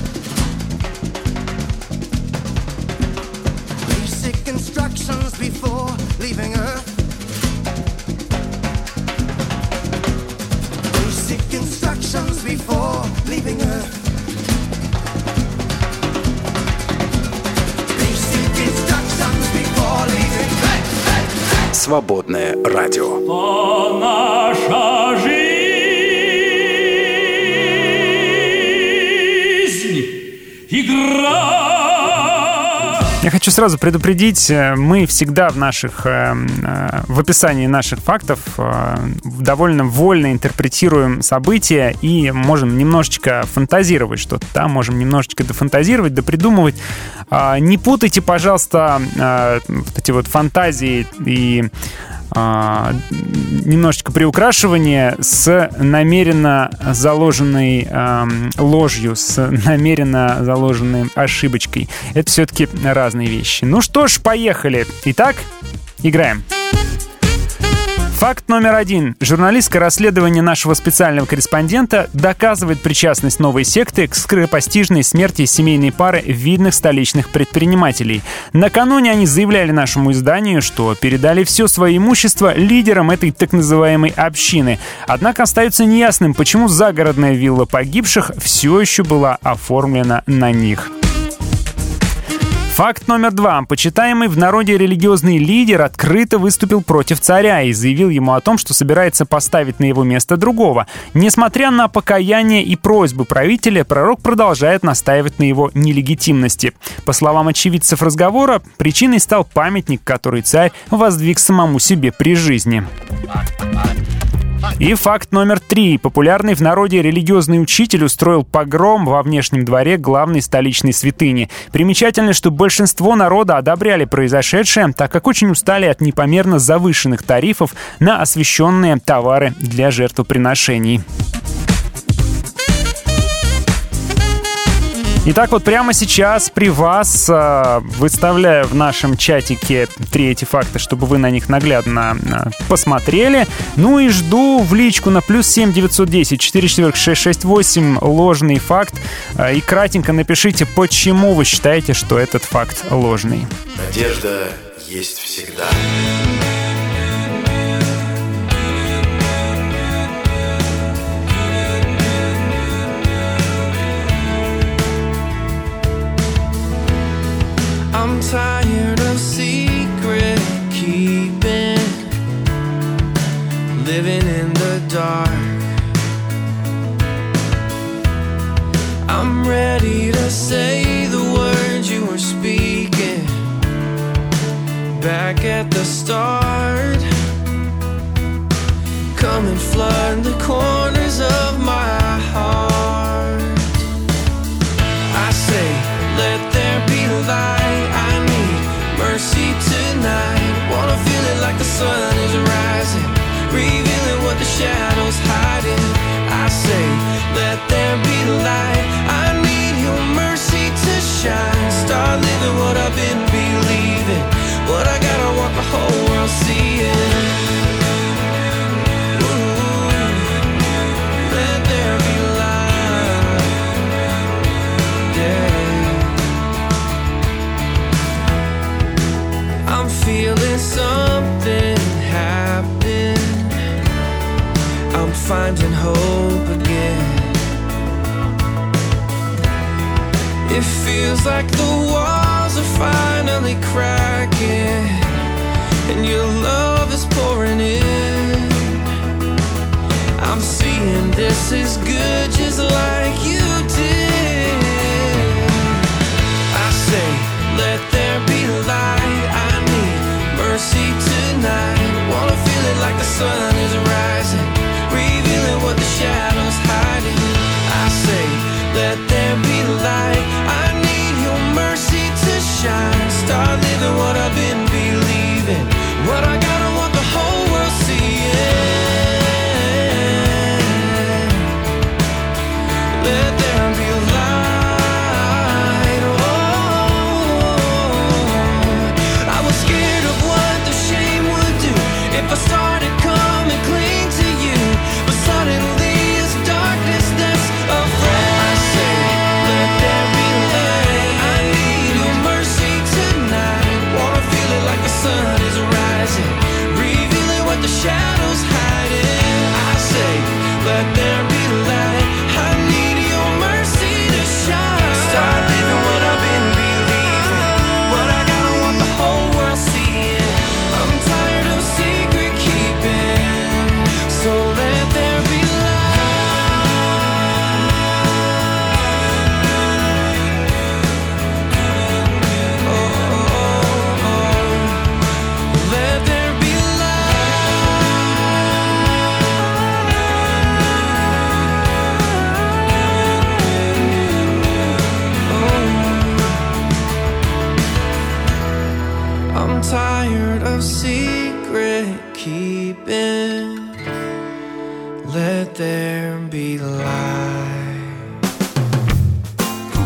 Свободное радио. Наша жизнь игра. Я хочу сразу предупредить, мы всегда в наших, в описании наших фактов довольно вольно интерпретируем события и можем немножечко фантазировать что-то, да, можем немножечко дофантазировать, допридумывать. Не путайте, пожалуйста, вот эти вот фантазии и немножечко приукрашивание с намеренно заложенной э, ложью, с намеренно заложенной ошибочкой. Это все-таки разные вещи. Ну что ж, поехали. Итак, играем. Факт номер один. Журналистское расследование нашего специального корреспондента доказывает причастность новой секты к скоропостижной смерти семейной пары видных столичных предпринимателей. Накануне они заявляли нашему изданию, что передали все свое имущество лидерам этой так называемой общины. Однако остается неясным, почему загородная вилла погибших все еще была оформлена на них. Факт номер два. Почитаемый в народе религиозный лидер открыто выступил против царя и заявил ему о том, что собирается поставить на его место другого. Несмотря на покаяние и просьбы правителя, пророк продолжает настаивать на его нелегитимности. По словам очевидцев разговора, причиной стал памятник, который царь воздвиг самому себе при жизни. И факт номер три. Популярный в народе религиозный учитель устроил погром во внешнем дворе главной столичной святыни. Примечательно, что большинство народа одобряли произошедшее, так как очень устали от непомерно завышенных тарифов на освященные товары для жертвоприношений. Итак, вот прямо сейчас при вас э, выставляю в нашем чатике три эти факта, чтобы вы на них наглядно э, посмотрели. Ну и жду в личку на плюс семь девятьсот десять четыре четыре шесть шесть восемь ложный факт. Э, и кратенько напишите, почему вы считаете, что этот факт ложный. Надежда есть всегда. I'm tired of secret keeping, living in the dark. I'm ready to say the words you were speaking back at the start. Come and flood the corners of my heart. I say, let there be light. I need mercy tonight. Wanna feel it like the sun is rising, revealing what the shadows hiding. I say, let there be light. I need your mercy to shine. Start living what I've been believing, what I gotta walk the whole world seeing. Feeling something happen. I'm finding hope again. It feels like the walls are finally cracking, and your love is pouring in. I'm seeing this is good just like you did. I say, let there be light. I need mercy tonight. Wanna feel it like the sun is rising, revealing what the shadows hiding. I say, let there be light.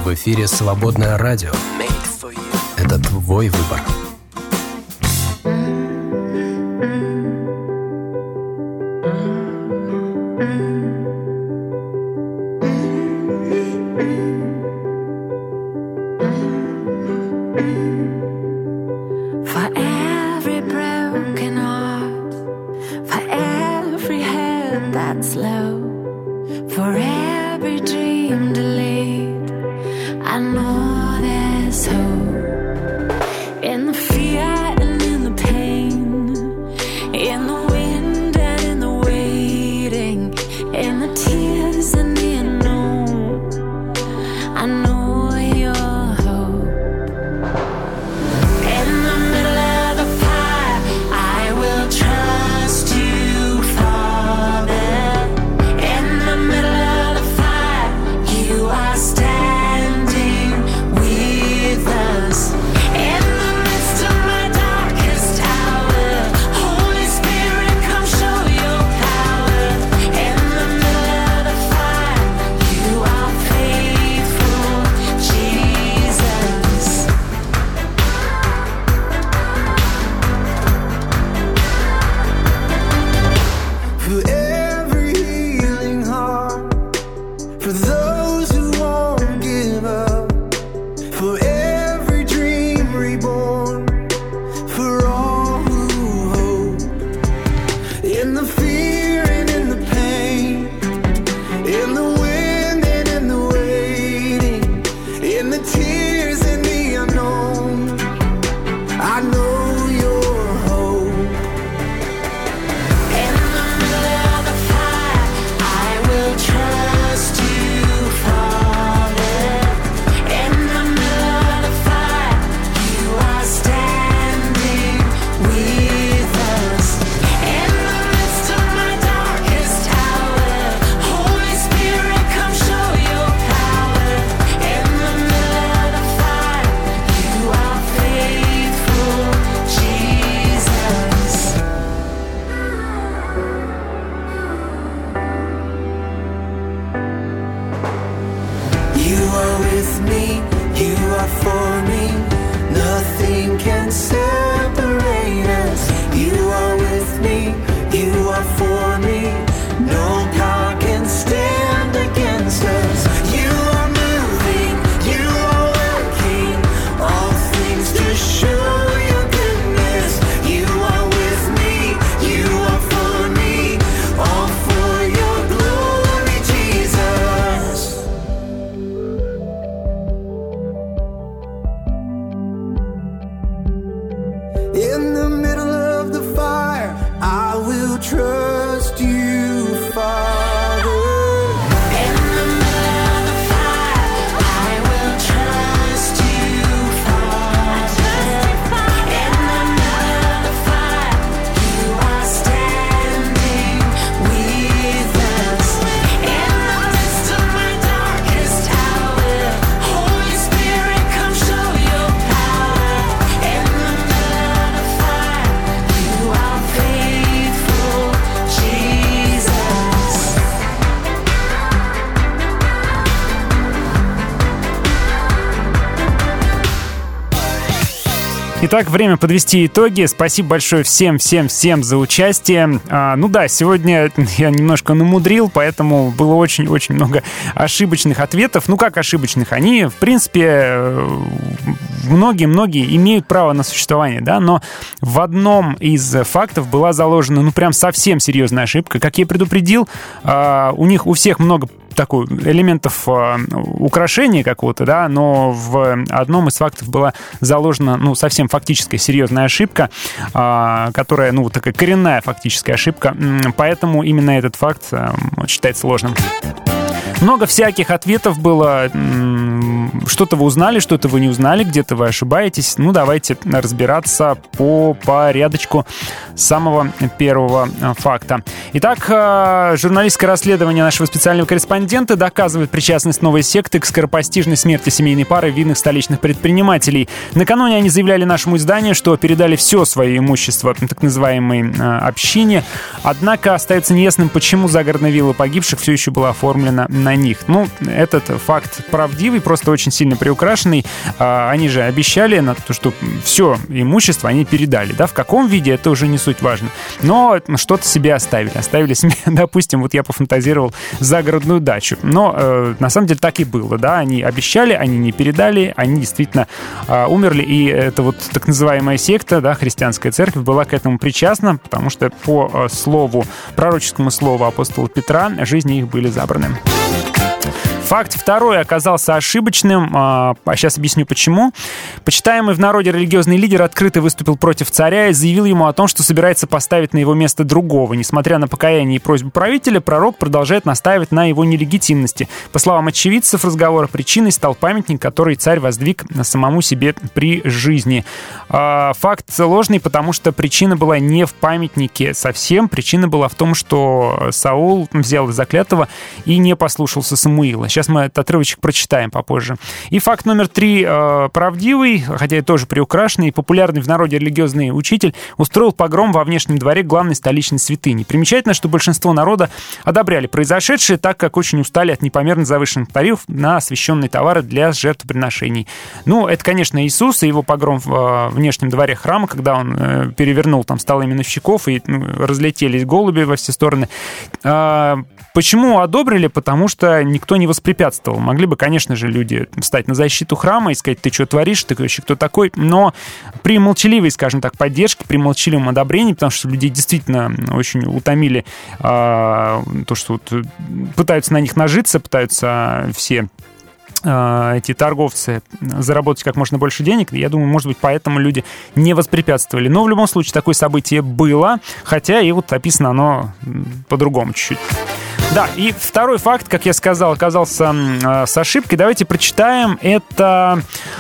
В эфире «Свободное радио». Это твой выбор. For every broken heart, for every head that's low, for every dream delayed, I know there's hope. In the fear and in the pain, in the wind and in the waiting, in the tears and the unknown, I know your hope. In the middle of the fire, I will trust you, Father. In the middle of the fire, you are standing with us. In the midst of my darkest hour, Holy Spirit, come show your power. In the middle of the fire, you are faithful, Jesus. For every healing heart, for those who won't give up, for every dream reborn, for all who hope. In the fear and in the pain, in the wind and in the waiting, in the tears and the unknown, I know your hope. In the middle of the fire, I will trust you, Father. In the middle of the fire, you are standing with us. In the midst of my darkest hour, Holy Spirit, come show your power. In the middle of the fire, you are faithful, Jesus. You are with me, you are for me. Nothing can separate us. You are with me, you are for me. No power can stand against us. You are moving, you are working all things to show your goodness. You are with me, you are for me. All for your glory, Jesus. In the middle of the fire, I will trust you, Father. In the middle of the fire, I will trust you, Father. In the middle of the fire, you are standing with us. In the midst of my darkest hour, Holy Spirit, come show your power. In the middle of the fire, you are faithful, Jesus. Итак, время подвести итоги. Спасибо большое всем-всем-всем за участие. А, ну да, сегодня я немножко намудрил, поэтому было очень-очень много ошибочных ответов. Ну как ошибочных? Они, в принципе, многие-многие имеют право на существование, да, но в одном из фактов была заложена, ну прям совсем серьезная ошибка. Как я предупредил, а, у них у всех много такой элементов э, украшения какого-то, да, но в одном из фактов была заложена, ну, совсем фактическая серьезная ошибка, э, которая, ну, такая коренная фактическая ошибка, поэтому именно этот факт э, считается ложным. Много всяких ответов было. Что-то вы узнали, что-то вы не узнали, где-то вы ошибаетесь. Ну, давайте разбираться по порядочку самого первого факта. Итак, журналистское расследование нашего специального корреспондента доказывает причастность новой секты к скоропостижной смерти семейной пары видных столичных предпринимателей. Накануне они заявляли нашему изданию, что передали все свое имущество так называемой общине. Однако остается неясным, почему загородная вилла погибших все еще была оформлена на них. Ну, этот факт правдивый, просто очень очень сильно приукрашенный. Они же обещали на то, что все имущество они передали. Да? В каком виде, это уже не суть важно. Но что-то себе оставили. Оставили себе, допустим, вот я пофантазировал, загородную дачу. Но э, на самом деле так и было. Да? Они обещали, они не передали, они действительно э, умерли. И это вот так называемая секта, да, христианская церковь, была к этому причастна, потому что по э, слову, пророческому слову апостола Петра, жизни их были забраны. Факт второй оказался ошибочным, а сейчас объясню почему. Почитаемый в народе религиозный лидер открыто выступил против царя и заявил ему о том, что собирается поставить на его место другого. Несмотря на покаяние и просьбу правителя, пророк продолжает настаивать на его нелегитимности. По словам очевидцев разговора, причиной стал памятник, который царь воздвиг самому себе при жизни. Факт ложный, потому что причина была не в памятнике совсем. Причина была в том, что Саул взял из заклятого и не послушался Самуила. Сейчас мы этот отрывочек прочитаем попозже. И факт номер три э, правдивый, хотя и тоже приукрашенный. Популярный в народе религиозный учитель устроил погром во внешнем дворе главной столичной святыни. Примечательно, что большинство народа одобряли произошедшее, так как очень устали от непомерно завышенных тарифов на освященные товары для жертвоприношений. Ну, это, конечно, Иисус и его погром в э, внешнем дворе храма, когда он э, перевернул там столы миновщиков и ну, разлетелись голуби во все стороны. Э, почему одобрили? Потому что никто не воспринимал препятствовал. Могли бы, конечно же, люди встать на защиту храма и сказать, ты что творишь, ты вообще кто такой, но при молчаливой, скажем так, поддержке, при молчаливом одобрении, потому что людей действительно очень утомили э, то, что вот пытаются на них нажиться, пытаются все эти торговцы заработать как можно больше денег. Я думаю, может быть, поэтому люди не воспрепятствовали. Но в любом случае такое событие было, хотя и вот описано оно по-другому чуть-чуть. Да, и второй факт, как я сказал, оказался э, с ошибкой. Давайте прочитаем. Это...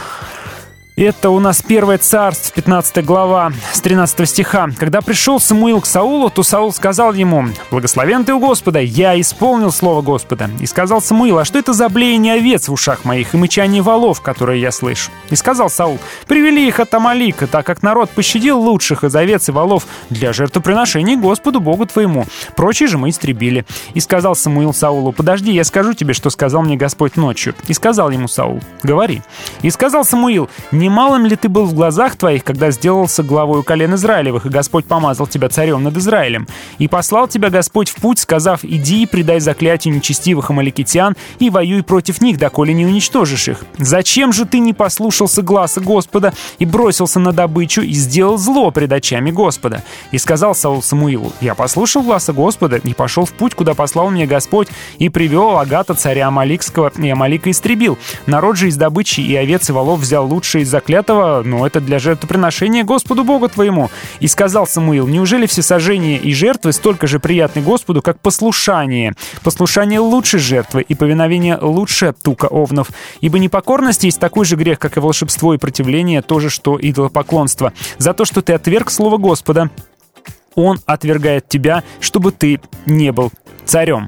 Это у нас Первое царство, пятнадцатая глава, с тринадцатого стиха. «Когда пришел Самуил к Саулу, то Саул сказал ему: „Благословен ты у Господа, я исполнил слово Господа“. И сказал Самуил: „А что это за блеяние овец в ушах моих и мычание волов, которые я слышу?“ И сказал Саул: „Привели их от Амалика, так как народ пощадил лучших из овец и волов для жертвоприношений Господу Богу твоему. Прочие же мы истребили“. И сказал Самуил Саулу: „Подожди, я скажу тебе, что сказал мне Господь ночью“. И сказал ему Саул: „Говори“. И сказал Самуил: „Немалым ли ты был в глазах твоих, когда сделался главою колен Израилевых, и Господь помазал тебя царем над Израилем? И послал тебя Господь в путь, сказав: „Иди и предай заклятию нечестивых амаликитян, и воюй против них, доколе не уничтожишь их. Зачем же ты не послушался гласа Господа и бросился на добычу и сделал зло пред очами Господа?“ И сказал Саул Самуилу: „Я послушал гласа Господа и пошел в путь, куда послал меня Господь, и привел Агата, царя Амаликского, и Амалика истребил. Народ же из добычи и овец и волов взял лучшие из заклятого, но это для жертвоприношения Господу Богу твоему“. И сказал Самуил: „Неужели все сожжения и жертвы столько же приятны Господу, как послушание? Послушание лучше жертвы, и повиновение лучше тука овнов. Ибо непокорность есть такой же грех, как и волшебство, и противление то же, что идолопоклонство. За то, что ты отверг слово Господа, Он отвергает тебя, чтобы ты не был царем“.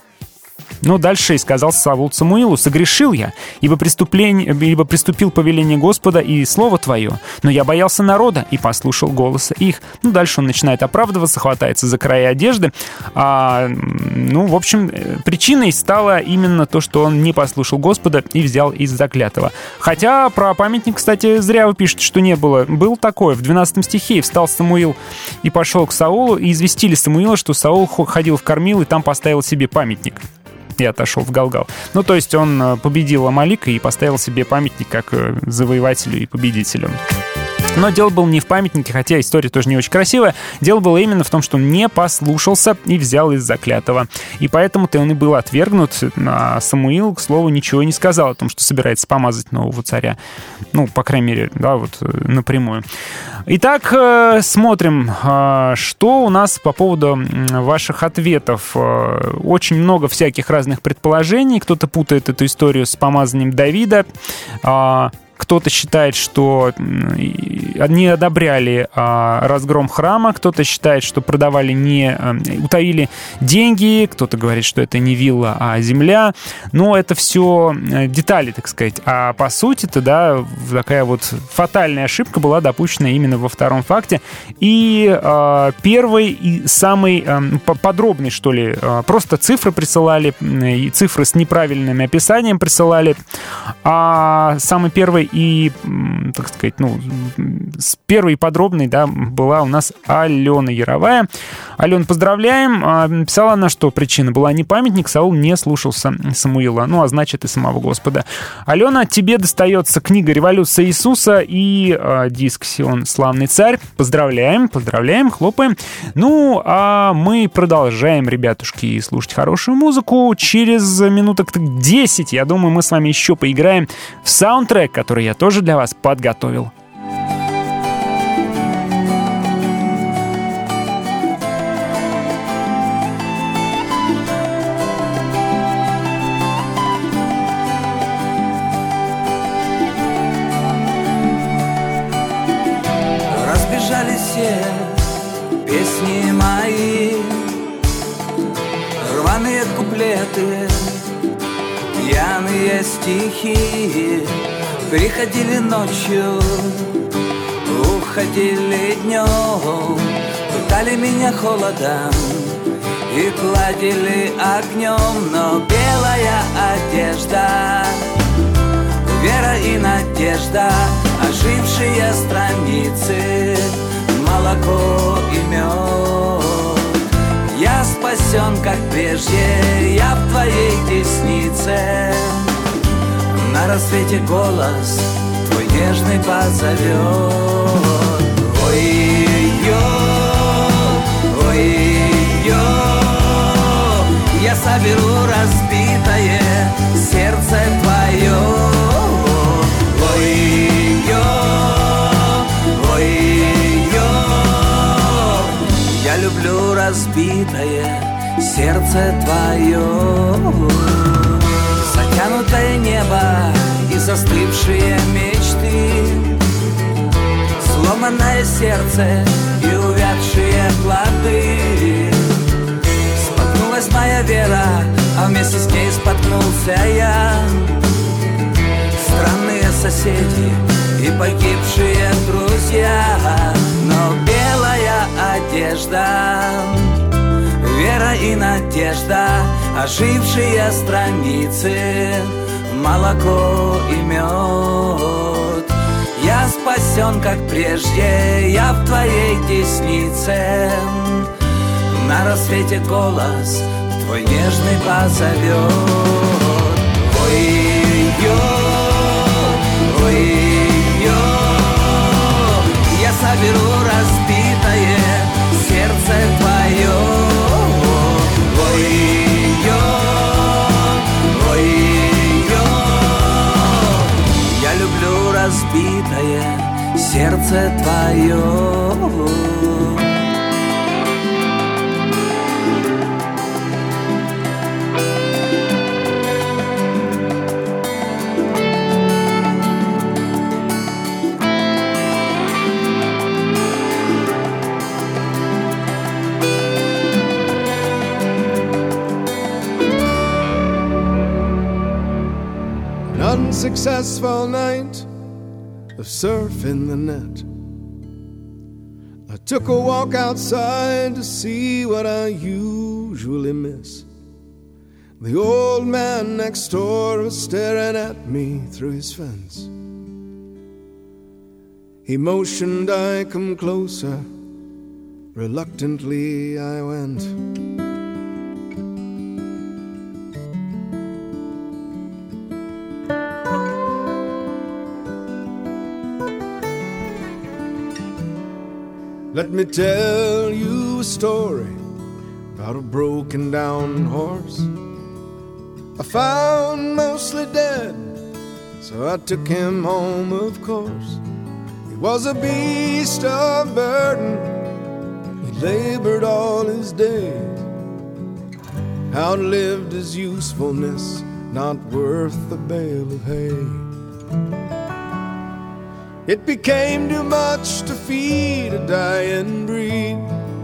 Но дальше и сказал Саул Самуилу: „Согрешил я, ибо, преступление, ибо приступил повеление Господа и слово твое. Но я боялся народа и послушал голоса их“. Ну, дальше он начинает оправдываться, хватается за края одежды. А, ну, в общем, причиной стало именно то, что он не послушал Господа и взял из заклятого. Хотя про памятник, кстати, зря вы пишете, что не было. Был такое. В двенадцатом стихе: «Встал Самуил и пошел к Саулу, и известили Самуила, что Саул ходил в Кормил и там поставил себе памятник. И отошел в Галгал“. Ну, то есть он победил Амалика и поставил себе памятник как завоевателю и победителю. Но дело было не в памятнике, хотя история тоже не очень красивая. Дело было именно в том, что он не послушался и взял из заклятого. И поэтому-то он и был отвергнут. А Самуил, к слову, ничего не сказал о том, что собирается помазать нового царя. Ну, по крайней мере, да, вот напрямую. Итак, смотрим, что у нас по поводу ваших ответов. Очень много всяких разных предположений. Кто-то путает эту историю с помазанием Давида. Кто-то считает, что не одобряли а, разгром храма, кто-то считает, что продавали не... А, утаили деньги, кто-то говорит, что это не вилла, а земля. Но это все детали, так сказать. А по сути-то, да, такая вот фатальная ошибка была допущена именно во втором факте. И а, первый и самый а, подробный, что ли, а, просто цифры присылали, и цифры с неправильным описанием присылали. А самый первый и, так сказать, ну, первый и подробный, да, была у нас Алена Яровая. Алена, поздравляем. Писала она, что причина была не памятник, Саул не слушался Самуила, ну, а значит и самого Господа. Алена, тебе достается книга «Революция Иисуса» и э, диск «Сион, славный царь». Поздравляем, поздравляем, хлопаем. Ну, а мы продолжаем, ребятушки, слушать хорошую музыку. Через минуток десять, я думаю, мы с вами еще поиграем в саундтрек, который я тоже для вас подготовил. Разбежались все песни мои, рваные куплеты, пьяные стихи. Приходили ночью, уходили днем, пытали меня холодом и гладили огнем. Но белая одежда, вера и надежда, ожившие страницы, молоко и мед. Я спасен, как прежде, я в твоей деснице. На рассвете голос твой нежный позовет. Ой-ё, ой-ё, я соберу разбитое сердце твое. Ой-ё, ой-ё, я люблю разбитое сердце твое. Затянутое небо и застывшие мечты, сломанное сердце и увядшие плоды. Споткнулась моя вера, а вместе с ней споткнулся я. Странные соседи и погибшие друзья, но белая одежда, вера и надежда, ожившие страницы, молоко и мед. Я спасен, как прежде, я в твоей деснице. На рассвете голос твой нежный позовет. Ой-ё, ой-ё, я соберу разбитое сердце твое. Ой-ё, ой-ё, я люблю разбитое сердце твое. Unsuccessful night of surf in the net. I took a walk outside to see what I usually miss. The old man next door was staring at me through his fence. He motioned I come closer. Reluctantly I went. Let me tell you a story about a broken down horse I found mostly dead, so I took him home, of course. He was a beast of burden, he labored all his days, outlived his usefulness, not worth the bale of hay. It became too much to feed a dying breed.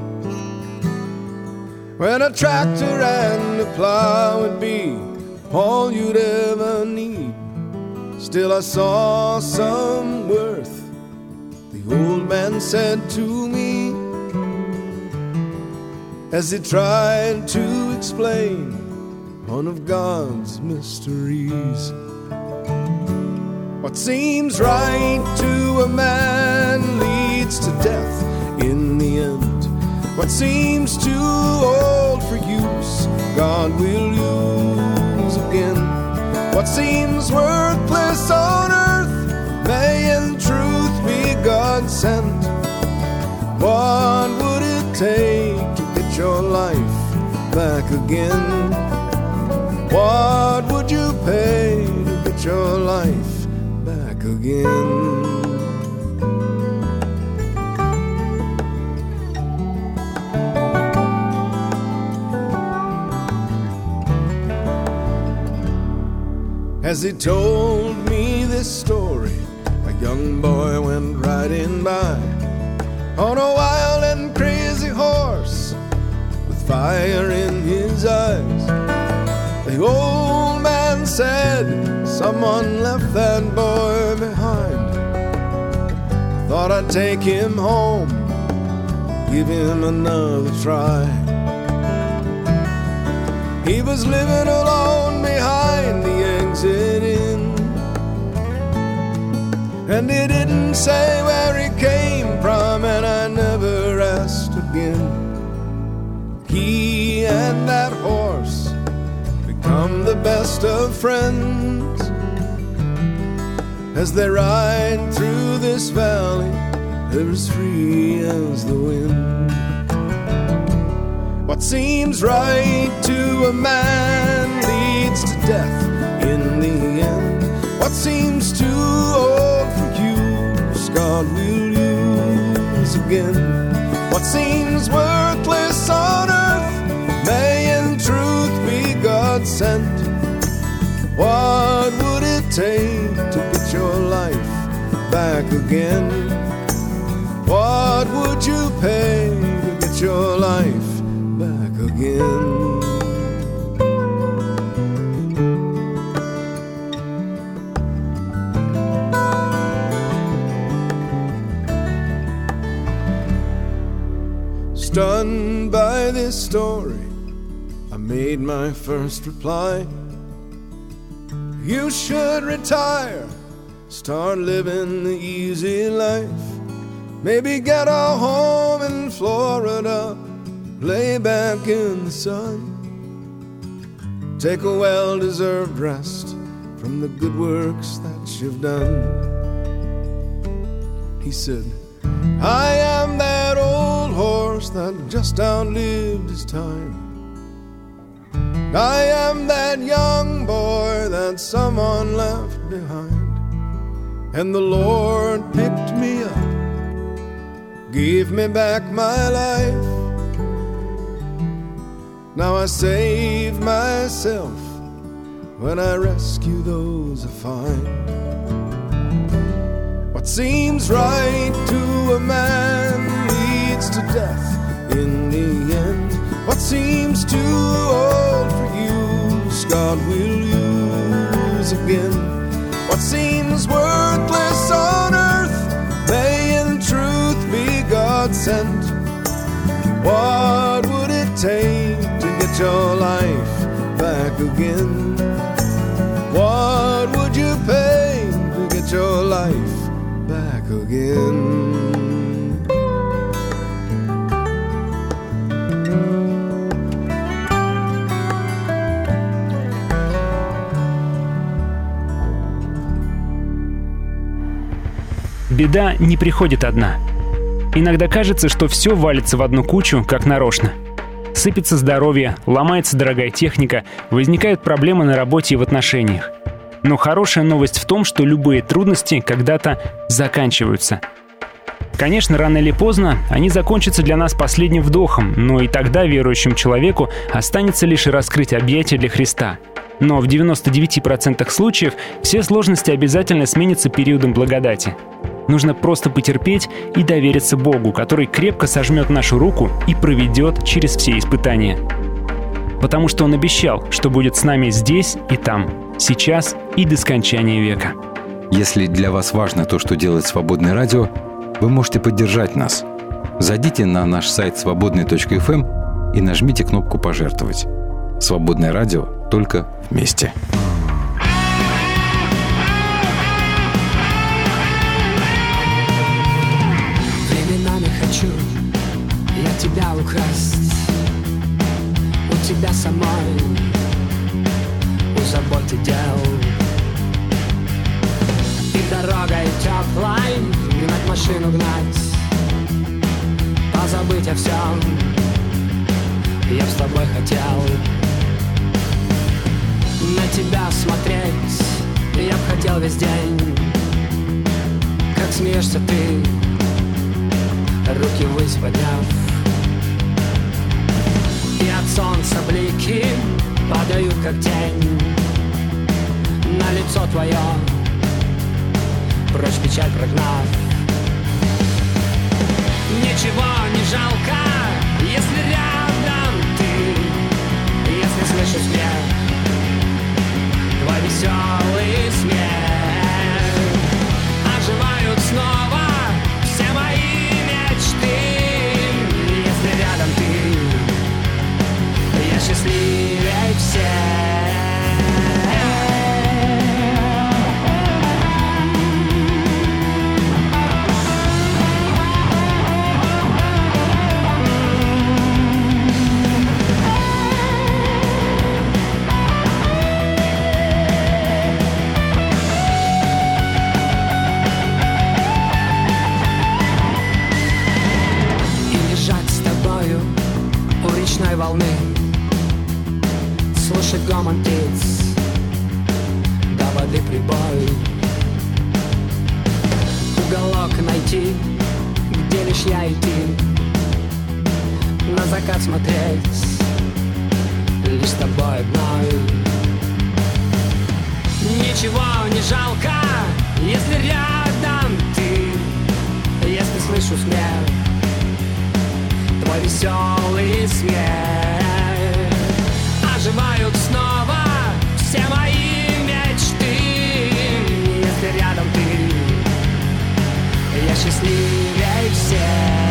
When a tractor and a plow would be all you'd ever need, still I saw some worth, the old man said to me, as he tried to explain one of God's mysteries. What seems right to a man leads to death in the end. What seems too old for use, God will use again. What seems worthless on earth may in truth be God sent. What would it take to get your life back again? What would you pay to get your life back again? As he told me this story, a young boy went riding by on a wild and crazy horse with fire in his eyes. The old man said, someone left that boy behind. Thought I'd take him home, give him another try. He was living alone behind the exit inn, and he didn't say where he came from, and I never asked again. He and that horse become the best of friends as they ride through this valley. They're as free as the wind. What seems right to a man leads to death in the end. What seems too old for use, God will use again. What seems worthless on earth may in truth be God sent. What would it take to get your life back again? What would you pay to get your life back again? Stunned by this story, I made my first reply. You should retire, start living the easy life. Maybe get a home in Florida, lay back in the sun, take a well-deserved rest from the good works that you've done. He said, I am that old horse that just outlived his time. I am that young boy that someone left behind. And the Lord picked me up, gave me back my life. Now I save myself when I rescue those I find. What seems right to a man leads to death in the end. What seems too old for use, God will use again. What seems worthless on earth may in truth be God sent. What would it take to get your life back again? What would you pay to get your life back again? Беда не приходит одна. Иногда кажется, что все валится в одну кучу, как нарочно. Сыпется здоровье, ломается дорогая техника, возникают проблемы на работе и в отношениях. Но хорошая новость в том, что любые трудности когда-то заканчиваются. Конечно, рано или поздно они закончатся для нас последним вдохом, но и тогда верующему человеку останется лишь раскрыть объятия для Христа. Но в девяноста девяти процентах случаев все сложности обязательно сменятся периодом благодати. Нужно просто потерпеть и довериться Богу, который крепко сожмет нашу руку и проведет через все испытания. Потому что Он обещал, что будет с нами здесь и там, сейчас и до скончания века. Если для вас важно то, что делает «Свободное радио», вы можете поддержать нас. Зайдите на наш сайт свободный точка эф эм и нажмите кнопку «Пожертвовать». «Свободное радио» только вместе. Временами хочу я тебя украсть у тебя самой, у забот и дел. И дорогой теплой гнать машину, гнать, позабыть о всем я б с тобой хотел. На тебя смотреть я б хотел весь день, как смеешься ты, руки ввысь подняв. И от солнца блики падают, как тень, на лицо твое, прочь печаль прогнав. Ничего не жалко, если рядом ты, если слышу смех, твой веселый смех. Оживают снова все мои мечты, если рядом ты, я счастливее всех. Волны, слушать гомон птиц, до воды прибой. Уголок найти, где лишь я и ты, на закат смотреть, лишь с тобой одной. Ничего не жалко, если рядом ты, если слышу смех, твой веселый смех. Оживают снова все мои мечты, если рядом ты, я счастливее всех.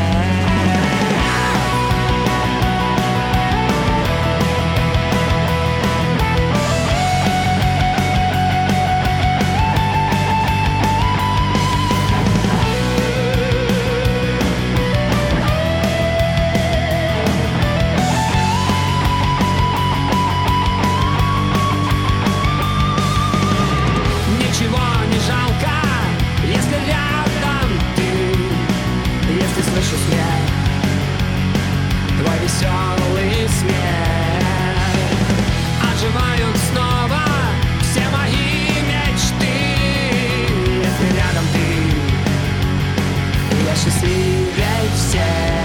Слышу смех, твой веселый смех. Оживают снова все мои мечты, если рядом ты, я счастливее всех.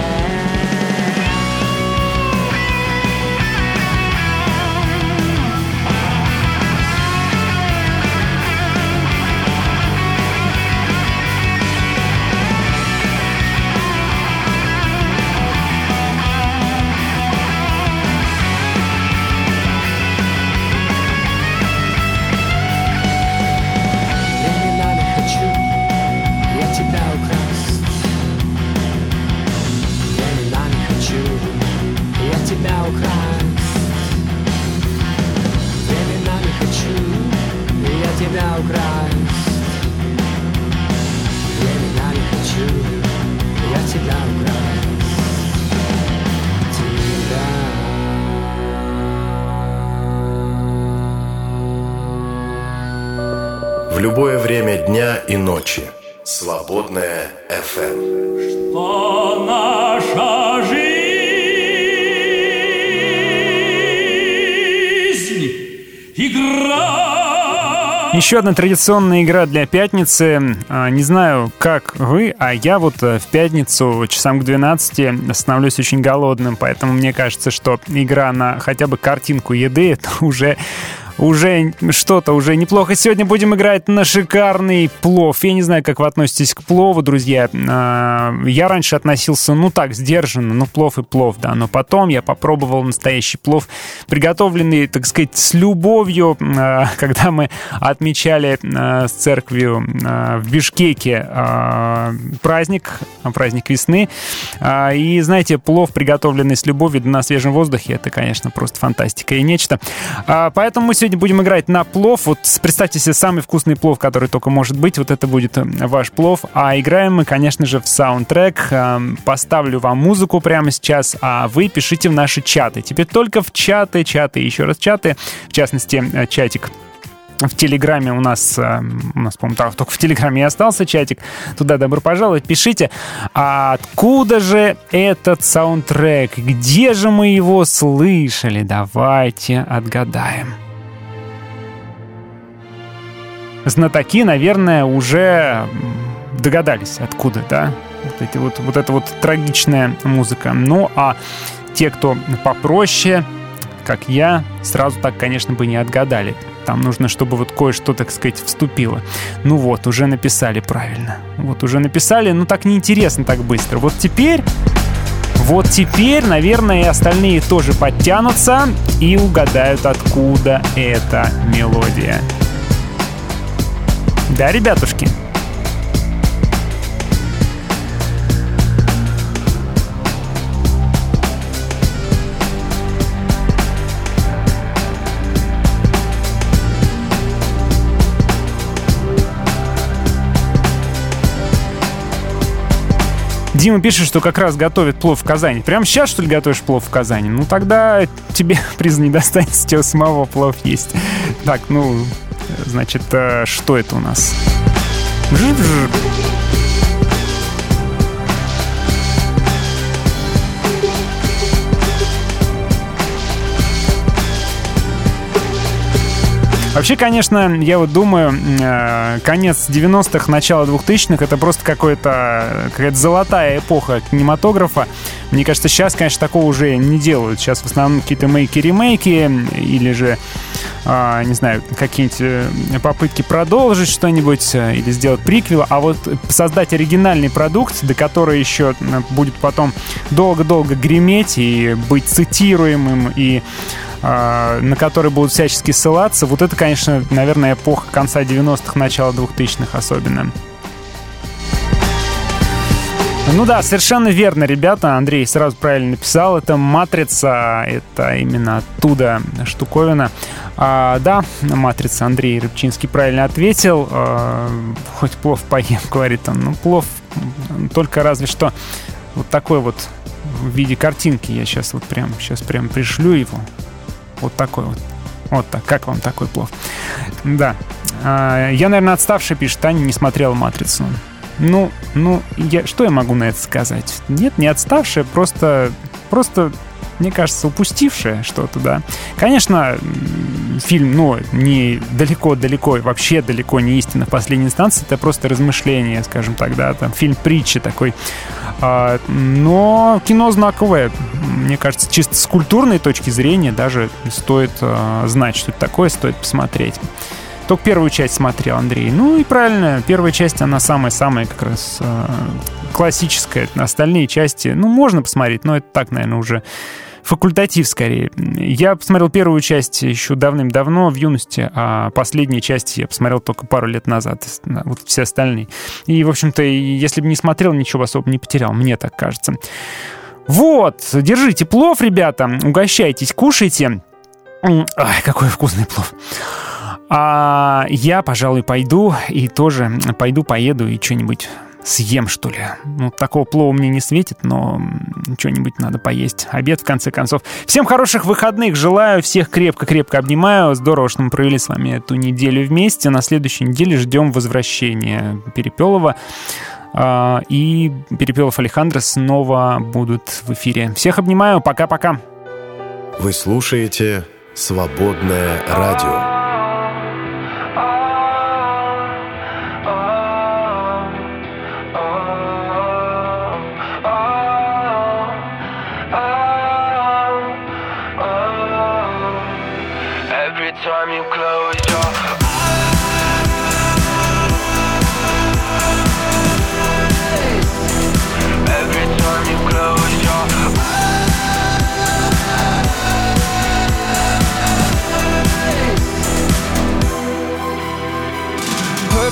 В любое время дня и ночи. Свободное эф эм. Что наша жизнь игра. Еще одна традиционная игра для пятницы. Не знаю, как вы, а я вот в пятницу часам к двенадцати становлюсь очень голодным, поэтому мне кажется, что игра на хотя бы картинку еды — это уже уже что-то уже неплохо. Сегодня будем играть на шикарный плов. Я не знаю, как вы относитесь к плову, друзья. Я раньше относился, ну так, сдержанно, ну плов и плов, да. Но потом я попробовал настоящий плов, приготовленный, так сказать, с любовью, когда мы отмечали с церковью в Бишкеке праздник, праздник весны. И, знаете, плов, приготовленный с любовью на свежем воздухе, это, конечно, просто фантастика и нечто. Поэтому мы сегодня будем играть на плов. Вот представьте себе самый вкусный плов, который только может быть. Вот это будет ваш плов. А играем мы, конечно же, в саундтрек. Поставлю вам музыку прямо сейчас, а вы пишите в наши чаты. Теперь только в чаты, чаты, еще раз чаты. В частности, чатик в Телеграме у нас, у нас, по-моему, так, только в Телеграме и остался чатик. Туда добро пожаловать, пишите. А откуда же этот саундтрек? Где же мы его слышали? Давайте отгадаем. Знатоки, наверное, уже догадались, откуда, да? Вот, эти вот, вот эта вот трагичная музыка. Ну, а те, кто попроще, как я, сразу так, конечно, бы не отгадали. Там нужно, чтобы вот кое-что, так сказать, вступило. Ну вот, уже написали правильно. Вот уже написали, ну так неинтересно так быстро. Вот теперь, вот теперь, наверное, и остальные тоже подтянутся и угадают, откуда эта мелодия. Да, ребятушки? Дима пишет, что как раз готовит плов в Казани. Прямо сейчас, что ли, готовишь плов в Казани? Ну, тогда тебе приз не достанется, у тебя самого плов есть. Так, ну, значит, что это у нас? Жив-жив. Вообще, конечно, я вот думаю, конец девяностых, начало двухтысячных — это просто какой-то, какая-то золотая эпоха кинематографа. Мне кажется, сейчас, конечно, такого уже не делают. Сейчас в основном какие-то мейки-ремейки или же, не знаю, какие-нибудь попытки продолжить что-нибудь или сделать приквел. А вот создать оригинальный продукт, до которого еще будет потом долго-долго греметь и быть цитируемым, и на которые будут всячески ссылаться. Вот это, конечно, наверное, эпоха конца девяностых, начала двухтысячных особенно. Ну да, совершенно верно, ребята. Андрей сразу правильно написал. Это «Матрица». Это именно оттуда штуковина. А, да, «Матрица». Андрей Рыбчинский правильно ответил. А, хоть плов поем, говорит он. Ну, плов только разве что вот такой вот в виде картинки. Я сейчас вот прям, сейчас прям пришлю его. Вот такой вот. Вот так. Как вам такой плов? Да. А, я, наверное, отставший, пишет Таня, не смотрела «Матрицу». Ну, ну, я, что я могу на это сказать? Нет, не отставшая, просто, просто, мне кажется, упустившая что-то, да. Конечно, фильм, ну, не далеко-далеко, вообще далеко не истина в последней инстанции, это просто размышление, скажем так, да, там фильм-притча такой. А, но кино знаковое, мне кажется, чисто с культурной точки зрения даже стоит а, знать, что это такое, стоит посмотреть. Только первую часть смотрел Андрей. Ну и правильно, первая часть, она самая-самая как раз э, классическая. Остальные части, ну, можно посмотреть, но это так, наверное, уже факультатив скорее. Я посмотрел первую часть еще давным-давно, в юности, а последние части я посмотрел только пару лет назад. Вот все остальные. И, в общем-то, если бы не смотрел, ничего особо не потерял, мне так кажется. Вот, держите плов, ребята, угощайтесь, кушайте. Ай, какой вкусный плов. А я, пожалуй, пойду и тоже пойду, поеду и что-нибудь съем, что ли. Ну, такого плова мне не светит, но что-нибудь надо поесть. Обед, в конце концов. Всем хороших выходных желаю, всех крепко-крепко обнимаю. Здорово, что мы провели с вами эту неделю вместе. На следующей неделе ждем возвращения Перепелова. И Перепелов Алехандро снова будут в эфире. Всех обнимаю, пока-пока. Вы слушаете «Свободное радио». Time you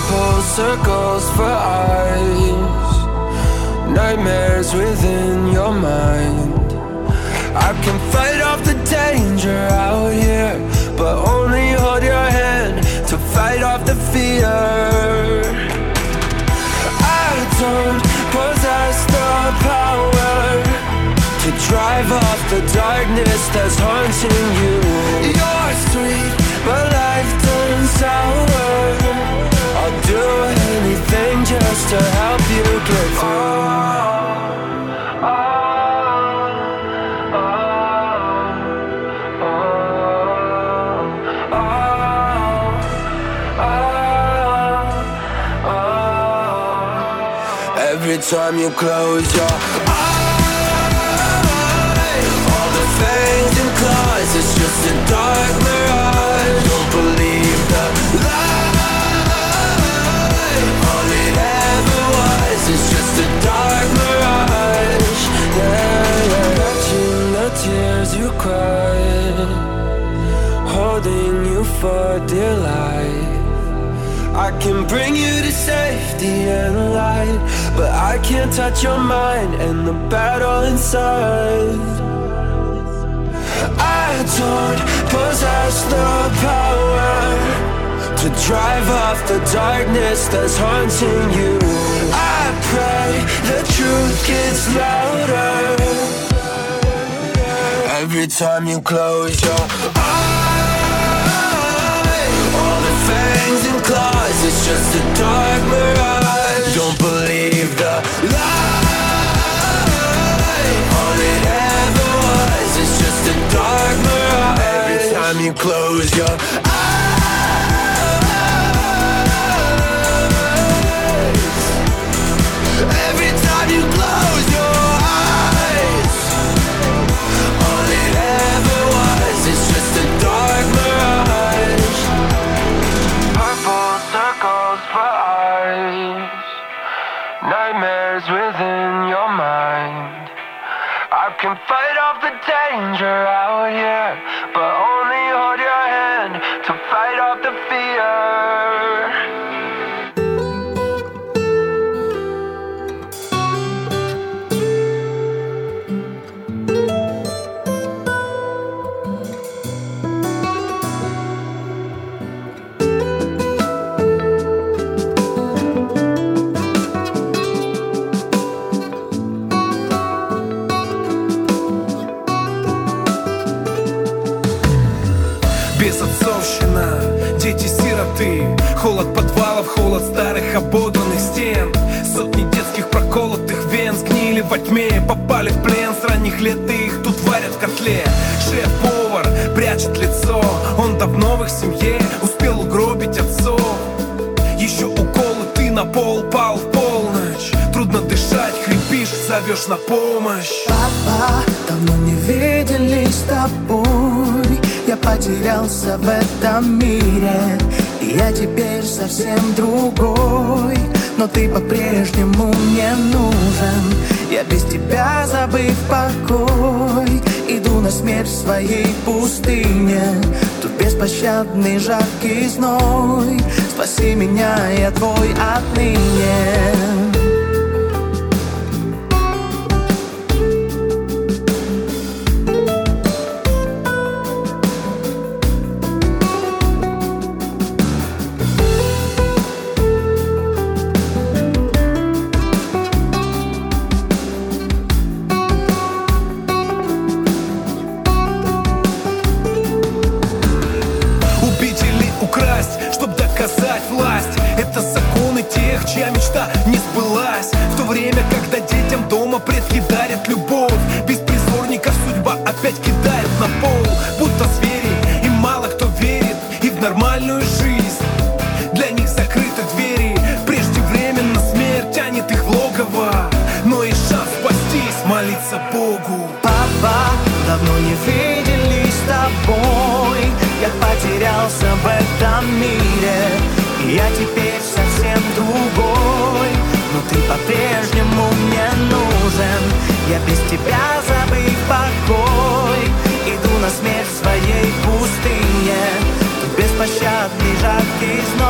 Purple circles for eyes, nightmares within your mind. I can fight off the danger out here, but only hold your hand to fight off the fear. I don't possess the power to drive off the darkness that's haunting you. You're sweet, but life turns sour. I'll do anything just to help you get through. Every time you close your eyes, all the fangs and claws, it's just a dark mirage. Don't believe the lie. All it ever was is just a dark mirage. Yeah, yeah. Catching the tears you cried, holding you for dear life. I can bring you to safety and light, but I can't touch your mind and the battle inside. I don't possess the power to drive off the darkness that's haunting you. I pray the truth gets louder every time you close your eyes. All the fangs and claws, it's just a dark mirage. Don't believe the lie. All it ever was is just a dark mirage. Every time you close your eyes, every time you close your eyes, all it ever was is just a dark mirage. Purple circles for eyes, nightmares within your mind. I can fight off the danger out here, but only hold your hand to fight off the fear. Безотцовщина, дети-сироты, холод подвалов, холод старых ободранных стен. Сотни детских проколотых вен сгнили во тьме, попали в плен с ранних лет, и их тут варят в котле. Шеф-повар прячет лицо, он давно в их семье успел угробить отцов. Еще уколы, ты на пол пал в полночь, трудно дышать, хрипишь, зовешь на помощь. Папа, давно не виделись с тобой, я потерялся в этом мире, и я теперь совсем другой. Но ты по-прежнему мне нужен, я без тебя, забыв покой, иду на смерть в своей пустыне. Тут беспощадный жаркий зной, спаси меня, я твой отныне. Чья мечта не сбылась, в то время, когда детям дома предки дарят любовь. Беспризорников судьба опять кидает на пол, будто звери, и мало кто верит и в нормальную жизнь. Для них закрыты двери, преждевременно смерть тянет их в логово. Но есть шанс спастись, молиться Богу. Папа, давно не виделись с тобой, я потерялся в этом мире, и я теперь совсем другой. Но ты по-прежнему мне нужен, я без тебя, забыв покой, иду на смерть в своей пустыне. Тут беспощадный жаркий зной,